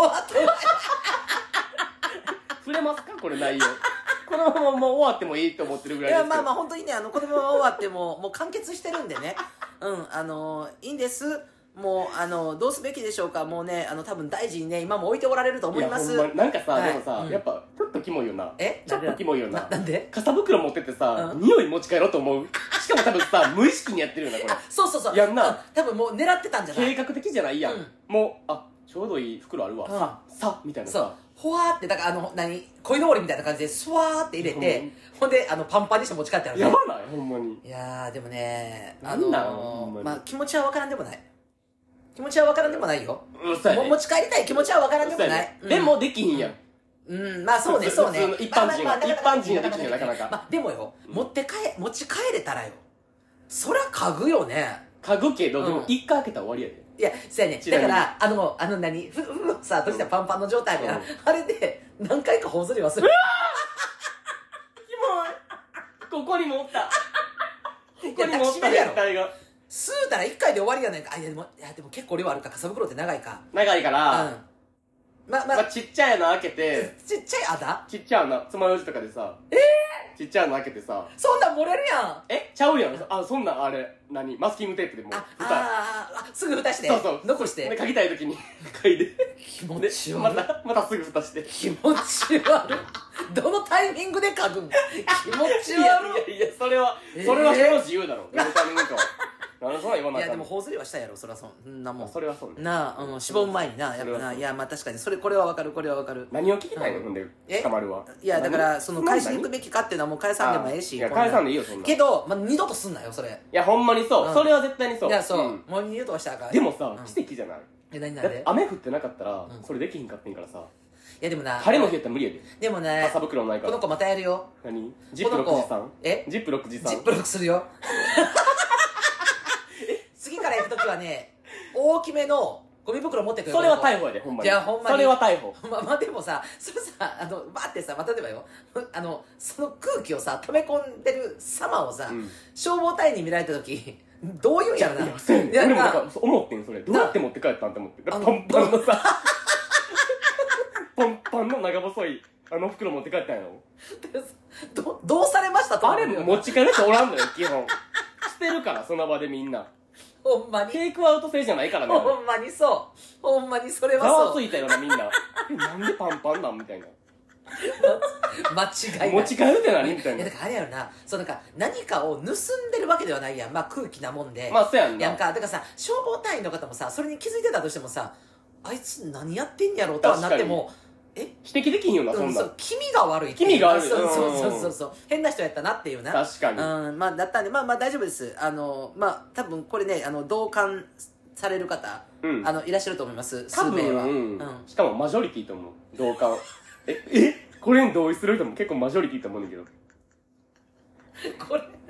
触れますかこれ内容。このままもう終わってもいいと思ってるぐらいですけど。 いやまあ本当にね、このまま終わってももう完結してるんでね。いいんです。もうどうすべきでしょうか。もうね多分大事にね今も置いておられると思います。 いやほんまなんかさ、 はい、 でもさ、やっぱちょっとキモいよな。ちょっとキモいよな。 なんで傘袋持ってってさ、匂い持ち帰ろうと思う。しかも多分さ無意識にやってるよなこれ。 そうやんな。 多分もう狙ってたんじゃない。 計画的じゃないやん。もうちょうどいい袋あるわ。さみたいなさ。 ほわーってだから鯉のぼりみたいな感じでスワーって入れて、ほんでパンパンにして持ち帰ってある。 やばないほんまに。 いやーでもねまあ気持ちはわからんでもない。気持ちはわからんでもないよ。持ち帰りたい気持ちはわからんでもない。 でもできひんやん。 まあそうねそうね。 一般人はできひんよなかなか。 まあでもよ持ち帰れたらよ。そりゃ嗅ぐよね。 嗅ぐけどでも一回開けたら終わりやで。 いや、そうやね。だから、さ、閉じたパンパンの状態で、あれで、何回か頬ずりはする。 キモい。ここにもおった。ここにもおった絶対が。 吸うたら1回で終わりやないか。でも結構量あるか。傘袋って長いか。 長いから、まあちっちゃいの開けて、 ちっちゃい穴ちっちゃい穴、爪楊枝とかでさ、ちっちゃいの開けてさ、 そんなん漏れるやん。 ちゃうやん。そんなんあれ、マスキングテープでもう、 すぐ蓋して。 そう。 残して。 で、嗅ぎたい時に嗅いで。 気持ち悪い。 またすぐ蓋して。 気持ち悪い。どのタイミングで嗅ぐん。気持ち悪い。 いや、それはその自由だろ。どのタイミングかは。 いやでも頬ずりはしたやろそらそんなもん。 それはそうなあしぼむ前になやっぱな。いやまあ確かにこれはわかるこれはわかる。 何を聞きたいのほんで捕まるわ。 いやだから返しに行くべきかっていうのはもう返さんでもええし。 いや返さんでいいよそんな。 けど二度とすんなよそれ。 いやほんまにそう。それは絶対にそう。 いやそうもう二度とはしたらあかん。 でもさ奇跡じゃない。 何だって雨降ってなかったらそれできひんかってんからさ。 いやでもな晴れの日やったら無理やで。 でもね傘袋ないから。 この子またやるよ。 何ジップロックじさん。ジップロックじさん。 ジップロックするよ。次から行くときはね、大きめのゴミ袋持ってくる。 それは逮捕やで、ほんまに。 いや、ほんまに。 それは逮捕。 まあでもさ、それさ、バーってさ、例えばよ、その空気をさ、溜め込んでる様をさ、消防隊員に見られたとき、どういうんやろな。いや、俺もなんか思ってん、それ。どうやって持って帰ったんって思って。パンパンのさ、パンパンの長細い、袋持って帰ったんやろ。 どうされましたと。 あれ持ち帰る人おらんのよ、基本。捨てるから、その場でみんな。 ほんまに。 テイクアウト制じゃないからね。 ほんまにそう。ほんまにそれはそう。 ざわついたよな、みんな。なんでパンパンなんみたいな。 間違いない。 持ち帰るって何みたいな。 いや、だからあれやろな、何かを盗んでるわけではないやん。まあ空気なもんで。 まあそうやんな。 やんか。だからさ、消防隊員の方もさ、それに気づいてたとしてもさ、あいつ何やってんやろうとはなっても、 指摘できんよな、そんな。 気味が悪い。 気味が悪い。 そう。変な人やったなっていうな。 確かに。 まあだったんで、まあ大丈夫です。まあ多分これね、同感される方、いらっしゃると思います。数名は。 しかもマジョリティと思う。同感。これに同意する人も結構マジョリティと思うんだけど。 これ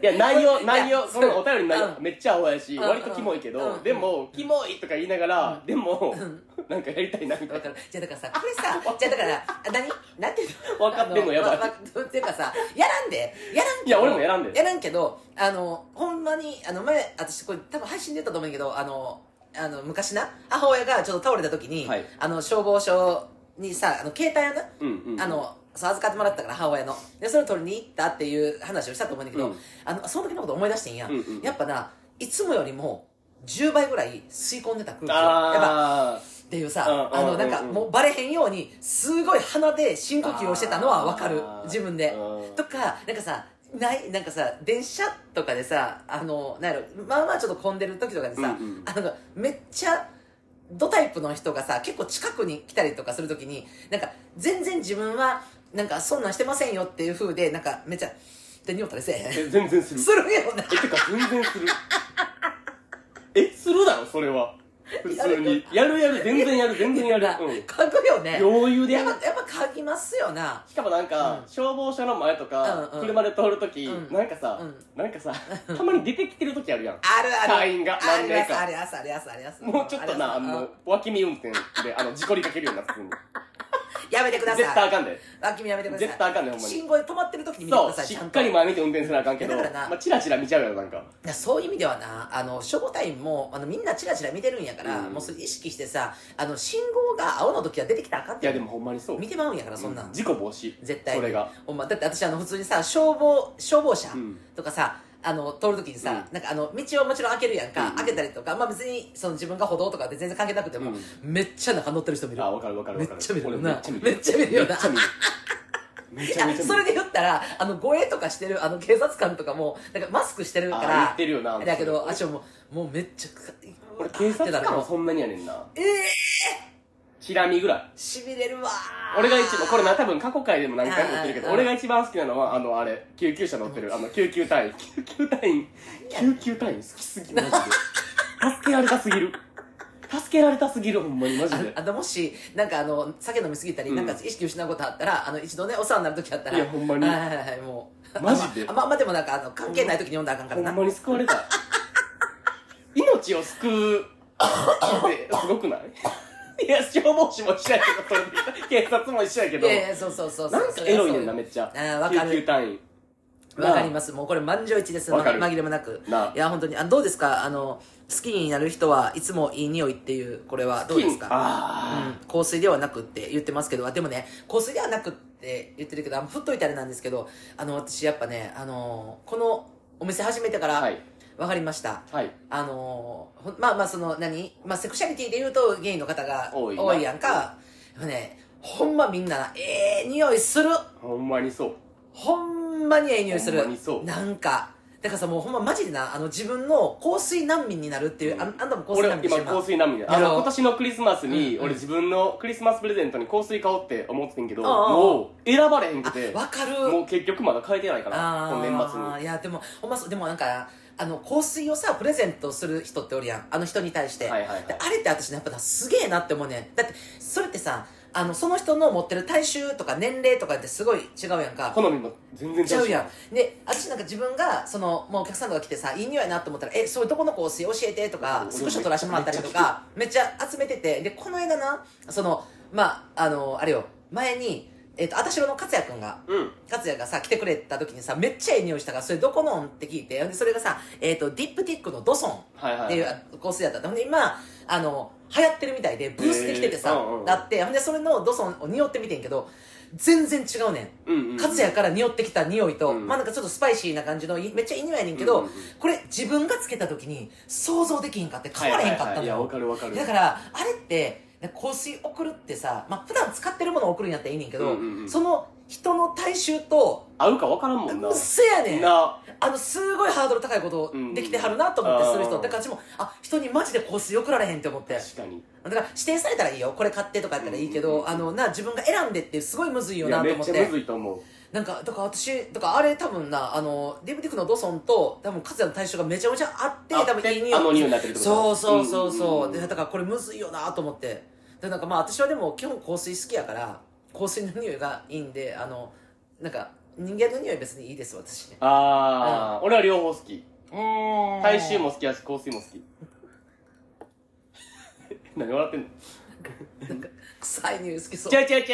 いや内容そのお便りの内容めっちゃアホやし割とキモいけどでもキモいとか言いながらでもなんかやりたいなみたいな。 じゃあだからさこれさじゃあだからなんていうの分かってんのやばいっていうかさやらんけどいや俺もやらんけどほんまに前私これ多分配信で言ったと思うんやけど昔な母親がちょっと倒れた時に、はい、消防署にさ携帯をな、そう預かってもらったから母親のでそれを取りに行ったっていう話をしたと思うんだけど、その時のこと思い出してんや、やっぱないつもよりも10倍ぐらい吸い込んでた空気をやっぱっていうさなんかもうバレへんようにすごい鼻で深呼吸をしてたのは分かる自分でとかなんかさなんかさ電車とかでさなんやろまあまあちょっと混んでる時とかでさ、めっちゃドタイプの人がさ結構近くに来たりとかする時になんか全然自分はなんかそんなんしてませんよっていう風でなんかめっちゃで匂ったりせえへん全然するするよなてか全然するするだろそれは普通にやる全然やる嗅ぐよね余裕でやっぱ嗅ぎますよなしかもなんか消防署の前とか車で通るときなんかさたまに出てきてるときあるやんある隊員が何名かありやすもうちょっとな脇見運転で事故りかけるようになってるやめてください絶対あかんで君やめてください絶対あかんでほんまに信号で止まってる時に見てくださいしっかり前見て運転せなあかんけどチラチラ見ちゃうよなんかそういう意味ではな消防隊員もみんなチラチラ見てるんやからもうそれ意識してさ信号が青の時は出てきたらあかんっていやでもほんまにそう見てまうんやからそんなん事故防止絶対それがほんまだって私普通にさ消防車とかさ通るときにさ、なんか道をもちろん開けるやんか、開けたりとか、まあ別に自分が歩道とかで全然関係なくても、めっちゃ中乗ってる人見る。 あ、わかるめっちゃ見る。 めっちゃ見る。 めっちゃ見るよな。 めちゃめちゃ見る。 それで言ったら、護衛とかしてる警察官とかも、なんかマスクしてるから、 言ってるよな。 だけど、もうめっちゃ、 俺警察官はそんなにやねんな。チラ見ぐらい痺れるわ俺が一番これ多分過去回でも何回も言ってるけど俺が一番好きなのはあれ救急車乗ってる救急隊員好きすぎマジで助けられたすぎるほんまにマジでもしなんか酒飲みすぎたりなんか意識失うことあったら一度ねお世話になる時あったらいやほんまにはいもうマジでまあでもなんか関係ない時に読んだらあかんからなほんまに救われた命を救うってすごくないいや消防士も一緒やけど警察も一緒やけどいやそうなんかエロいねんなめっちゃ救急隊員わかりますもうこれ満場一致です紛れもなくいや本当にどうですか好きになる人はいつもいい匂いっていうこれはどうですか香水ではなくって言ってますけどでもね香水ではなくって言ってるけど振っといてあれなんですけど私やっぱねこのお店始めてからわかりました。 はい。 まあセクシャリティで言うとゲイの方が多いやんか。ね、ほんまみんな、匂いする。 ほんまにそう。 ほんまに匂いする。 ほんまにそう。 なんか、だからさ、もうほんまマジでな、自分の香水難民になるっていう、あんたも香水難民俺今香水難民で。今年のクリスマスに、俺自分のクリスマスプレゼントに香水買おうって思ってんけど、もう選ばれへんくて。 わかる。 もう結局まだ買えてないから、この年末に。 いや、でも、ほんまそう、でもなんか、香水をさプレゼントする人っておるやん人に対して、あれって私ねやっぱすげえなって思うねだってそれってさその人の持ってる体臭とか年齢とかってすごい違うやんか好みも全然違うやんで私なんか自分がもうお客さんとか来てさいい匂いなと思ったらそれどこの香水教えてとかスクショ撮らせてもらったりとかめっちゃ集めててでこの間なあれよ前にあたしろの勝也くんが、勝也がさ、来てくれた時にさ、めっちゃいい匂いしたから、それどこのんって聞いて、で、それがさ、ディップティックのドソンっていう香水やった。ほんで、今、流行ってるみたいで、ブースで来ててさ、だって、ほんで、それのドソンを匂ってみてんけど、全然違うねん。勝也から匂ってきた匂いと、まあなんかちょっとスパイシーな感じの、めっちゃいい匂いやねんけど、これ自分がつけた時に想像できへんかって変われへんかったのよ。 いや、わかるわかる。 だから、あれって、香水送るってさ、まあ、普段使ってるものを送るんやったらいいねんけど、その人の体臭と合うか分からんもんな。 せやねんすごいハードル高いことできてはるなと思ってする人だから私も人にマジで香水送られへんって思って確かにだから指定されたらいいよこれ買ってとかやったらいいけど自分が選んでってすごいむずいよなと思ってめっちゃむずいと思うなんかだからあれ多分なディブティクのドソンと多分勝也の対象がめちゃめちゃあって多分いい匂い匂いになってるってことそうでだからこれむずいよなと思ってでなんかまあ私はでも基本香水好きやから香水の匂いがいいんでなんか人間の匂い別にいいです私。 俺は両方好き。体臭も好きだし香水も好き。何笑ってんの？ なんか臭い匂い好きそう。 違うなん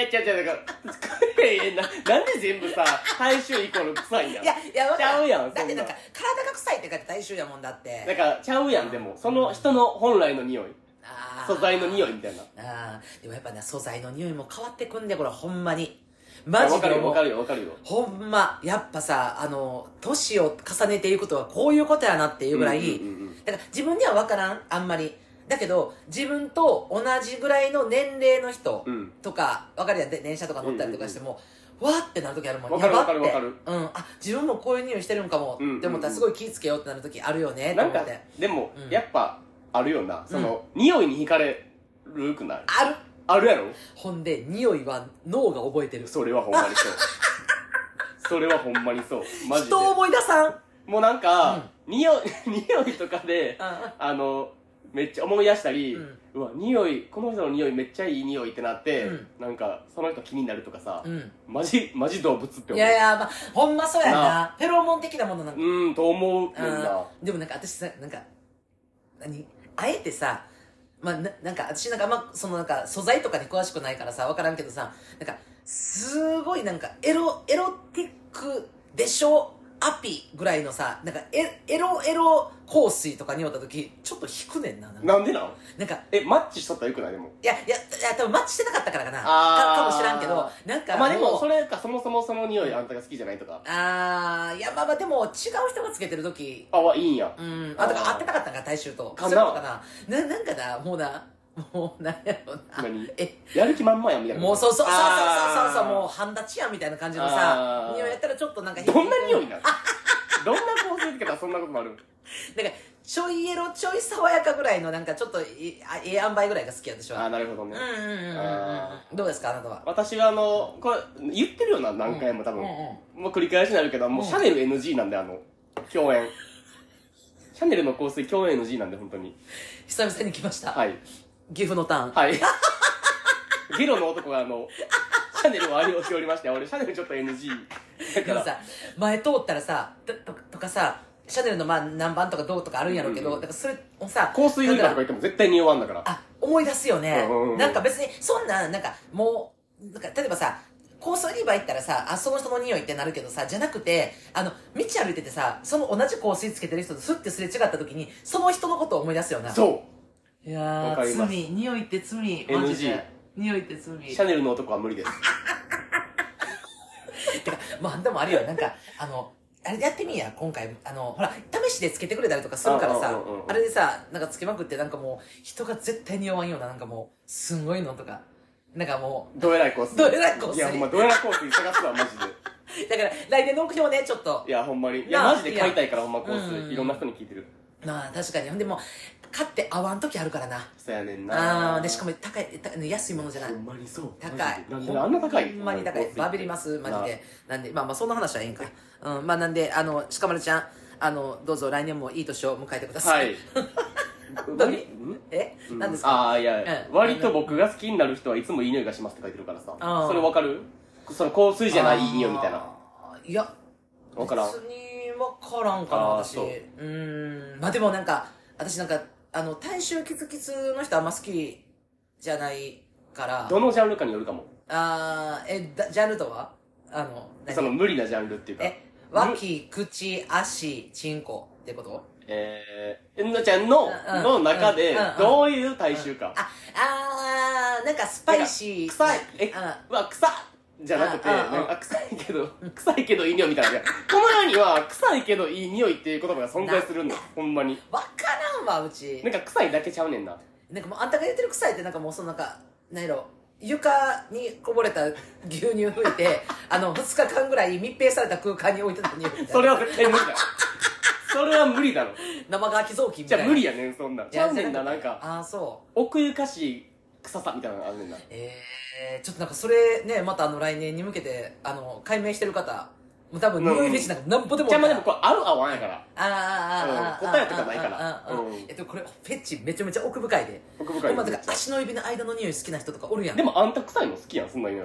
で全部さ体臭イコール臭いんやん。 いや分かる。 ちゃうやん。 だってなんか体が臭いって書いて体臭やもんだって。 だからちゃうやん。でもその人の本来の匂い、素材の匂いみたいな。 でもやっぱね素材の匂いも変わってくんでこれほんまに。マジでわかるよほんまやっぱさ年を重ねていくことはこういうことやなっていうぐらい、だから自分には分からんあんまりだけど自分と同じぐらいの年齢の人とか、分かるやん電車とか乗ったりとかしても、わーってなる時あるもん。 わかる自分もこういう匂いしてるんかもって思ったらすごい気ぃつけようってなる時あるよねって思って。 なんかでも、やっぱあるよなその、匂いに惹かれるくない？あるやろ。 ほんで匂いは脳が覚えてる。 それはほんまにそうそれはほんまにそう。マジで人を思い出さん。 もうなんか、匂いとかでめっちゃ思い出したり、うわ匂いこの人の匂いめっちゃいい匂いってなって、なんかその人気になるとかさ、マジ動物って思う。 いやまあほんまそうやな。フェロモン的なものなんかと思うねんな。 でもなんか私さなんかあえてさなんか私なんかあんまそのなんか素材とかに詳しくないからさ分からんけどさなんかすごいなんかエロティックでしょアピぐらいのさなんかエロ香水とかにおった時ちょっと引くねんな。 なんでなん？ なんかマッチしとったらよくない？でもいや多分マッチしてなかったからかなかもしらんけどなんかまあでもそれかそもそもその匂いあんたが好きじゃないとか。 いやまあでも違う人がつけてる時いいんや。 だから合ってなかったんか大衆とかな。 なんかなもうなんやろな。 やる気満々やみたいな。 もうそうもう半立ちやみたいな感じのさ匂いやったらちょっとなんかどんな匂いなの？どんな香水つけたらそんなこともある？ だからちょいエロちょい爽やかぐらいのなんかちょっと塩梅ぐらいが好きや私は。 なるほどね。 どうですかあなたは？ 私はこれ言ってるよな何回も多分もう繰り返しになるけどもうシャネル NG なんで共演シャネルの香水共演 NG なんで本当に久々に来ました。 はい岐阜のターン。 はいゲロの男がシャネルを愛用しておりまして俺シャネルちょっと NG だからさ前通ったらさとかさシャネルの何番とかどうとかあるんやろうけど、だからそれをさ香水売り場とか言っても絶対匂わんだから。 思い出すよね。なんか別にそんなんかもうなんか例えばさ香水売り場行ったらさその人の匂いってなるけどさじゃなくて道歩いててさその同じ香水つけてる人とスッてすれ違った時にその人のことを思い出すよな。 そういやー罪匂いって罪。 NG 匂いって罪。 シャネルの男は無理ですてかまあでもあるよなんかあれでやってみや今回ほら試しでつけてくれたりとかするからさあれでさなんかつけまくってなんかもう人が絶対匂わんようななんかもうすごいのとかなんかもうどえらい香水いやほんまどえらい香水探すわマジでだから来年の目標ねちょっといやほんまにいやマジで買いたいからほんま香水いろんな人に聞いてる。 確かに。でも買って合わん時あるからな。 そうやねんな。 でしかも高い安いものじゃない。 ほんまにそう高い。 なんであんな高い？ ほんまに高い。バビりますマジで。なんでまあそんな話はええんか。まあなんで鹿丸ちゃんどうぞ来年もいい年を迎えてください。何？何ですか？ いや割と僕が好きになる人はいつもいい匂いがしますって書いてるからさ。それわかる？その香水じゃないいい匂いみたいな。 いやわからん。 別にわからんかな私。まあでもなんか私なんか大衆キツキツの人あんま好きじゃないからどのジャンルかによるかも。 ジャンルとはその無理なジャンルっていうか脇口足チンコってこと？ ちゃんの中でどういう大衆か。 なんかスパイシー臭い臭っじゃなくて臭いけどいい匂いみたいな。この世には臭いけどいい匂いっていう言葉が存在するんだよほんまに。 わからんわうち。 なんか臭いだけちゃうねんな。 なんかもうあんたが言ってる臭いってなんかもうそのなんか何やろ床にこぼれた牛乳拭いて2日間ぐらい密閉された空間に置いてた匂いみたいな。 それは絶対無理だそれは無理だろ。 生乾き雑巾みたいな。 じゃあ無理やねんそんなん。ちゃうねんな。なんかそう奥ゆかしい臭さみたいなのがあるねんな。 ちょっとなんかそれねまた来年に向けて解明してる方もう多分匂いフェチなんかなんぼでも。 じゃあまあでもこれ合う合わんやから。答えとかないから。 これフェチめちゃめちゃ奥深いで。 奥深い。 だから足の指の間の匂い好きな人とかおるやん。 でもあんた臭いの好きやんそんなん言いながら。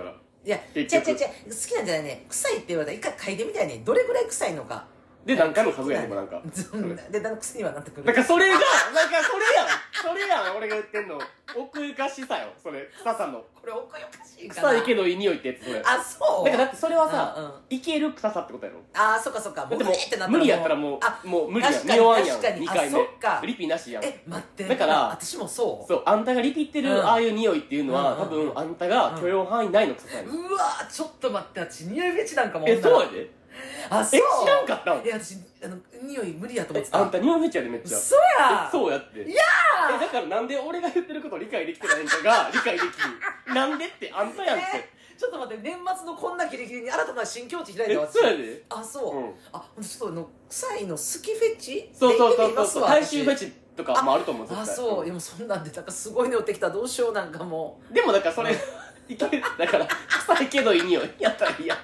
いや、違う、好きなんじゃないね。臭いって言われたら一回嗅いでみたいね。どれぐらい臭いのか。 で、何回も数えてもなんか。 で、だんだん癖にはなってくる。 なんかそれが、それやん、俺が言ってんの。奥ゆかしさよ、それ。臭さの。 これ奥ゆかしいかな。 臭いけどいい匂いってやつ、それ。 あ、そうだからそれはさ、いける臭さってことやろ。 あ、そっかそっか。 でも、無理やったらもう無理やん。 確かに匂わんやん。 確かに 2回目。 あそっかリピなしやん。 待って。 だから私もそう。 そう、あんたがリピってるああいう匂いっていうのは、多分あんたが許容範囲内の臭さやねん。 うわー、ちょっと待って、私匂いフェチなんかも。 そうやで。 あ、そう。 知らんかったん？ いや、私、匂い無理やと思ってた。 あんた匂いフェチやでめっちゃ。 そうや。 そうやって。いやーだからなんで俺が言ってることを理解できてないんかが理解できる。なんでってあんたやんって。 ちょっと待って、年末のこんなギリギリに新たな新境地開いた私。 そうやで。 あ、そう。あ、ちょっと臭いの好きフェチそう大衆フェチとかもあると思う。 あ、そう。でもそんなんで、なんかすごいの寄ってきた。どうしようなんかもう。でもだからそれ、いける。だから、臭いけどいい匂いやったらいいやん。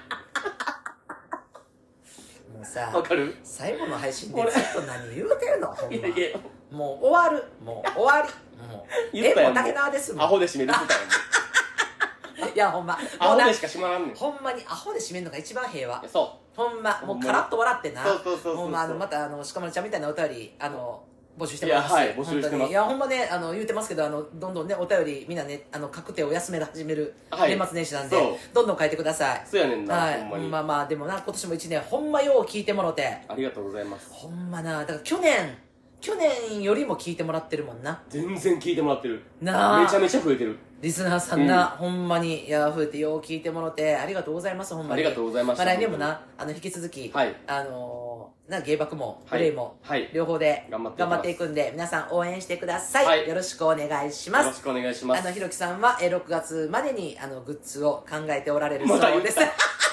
わかる？ 最後の配信でずっと何言うてるのほんま。 いやもう終わる。もう終わり。もう。もう竹縄ですもん。 アホで締めるってたやん。いや、ほんま。 アホでしか締まらんねん。 ほんまにアホで締めるのが一番平和。 そう。 ほんま。もうカラッと笑ってな。 そう。 ほんま、また、しかもちゃんみたいなお便り、募集してます。 はい、募集してます。 いや、ほんまね、言うてますけど、どんどんね、お便り、みんなね、確定を休め始める年末年始なんで、どんどん書いてください。 そうやねんな、 はい。ほんままあ、でもな、今年も1年、ほんまよう聞いてもろて。 ありがとうございます。 ほんまな、だから去年よりも聞いてもらってるもんな。 全然聞いてもらってる。 なあ。 めちゃめちゃ増えてる。 リスナーさんな、ほんまに、いや、増えてよう聞いてもらって、ありがとうございます、ほんまに。 ありがとうございました。 来年もな、引き続き、 はい。 芸爆も、プレイも、両方で頑張っていくんで、皆さん応援してください。よろしくお願いします。 よろしくお願いします。 ひろきさんは、6月までに、グッズを考えておられるそうです。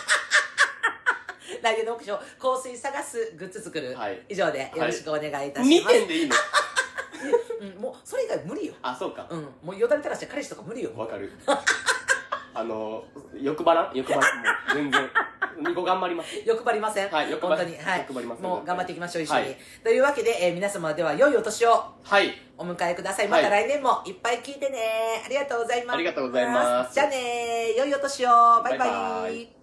来年の目標、香水探す、グッズ作る。以上でよろしくお願いいたします。 2点でいいの？ もう、それ以外無理よ。 あ、そうか。 もうよだれ垂らして彼氏とか無理よ。 わかる。欲張らんもう、全然。2個頑張ります。 欲張りません。 はい、 本当に。はい。 欲張ります。 もう頑張っていきましょう、一緒に。というわけで、皆様では良いお年を。 はい。 お迎えください。また来年もいっぱい聞いてね。ありがとうございます。 ありがとうございます。 じゃあね、良いお年を。バイバイ。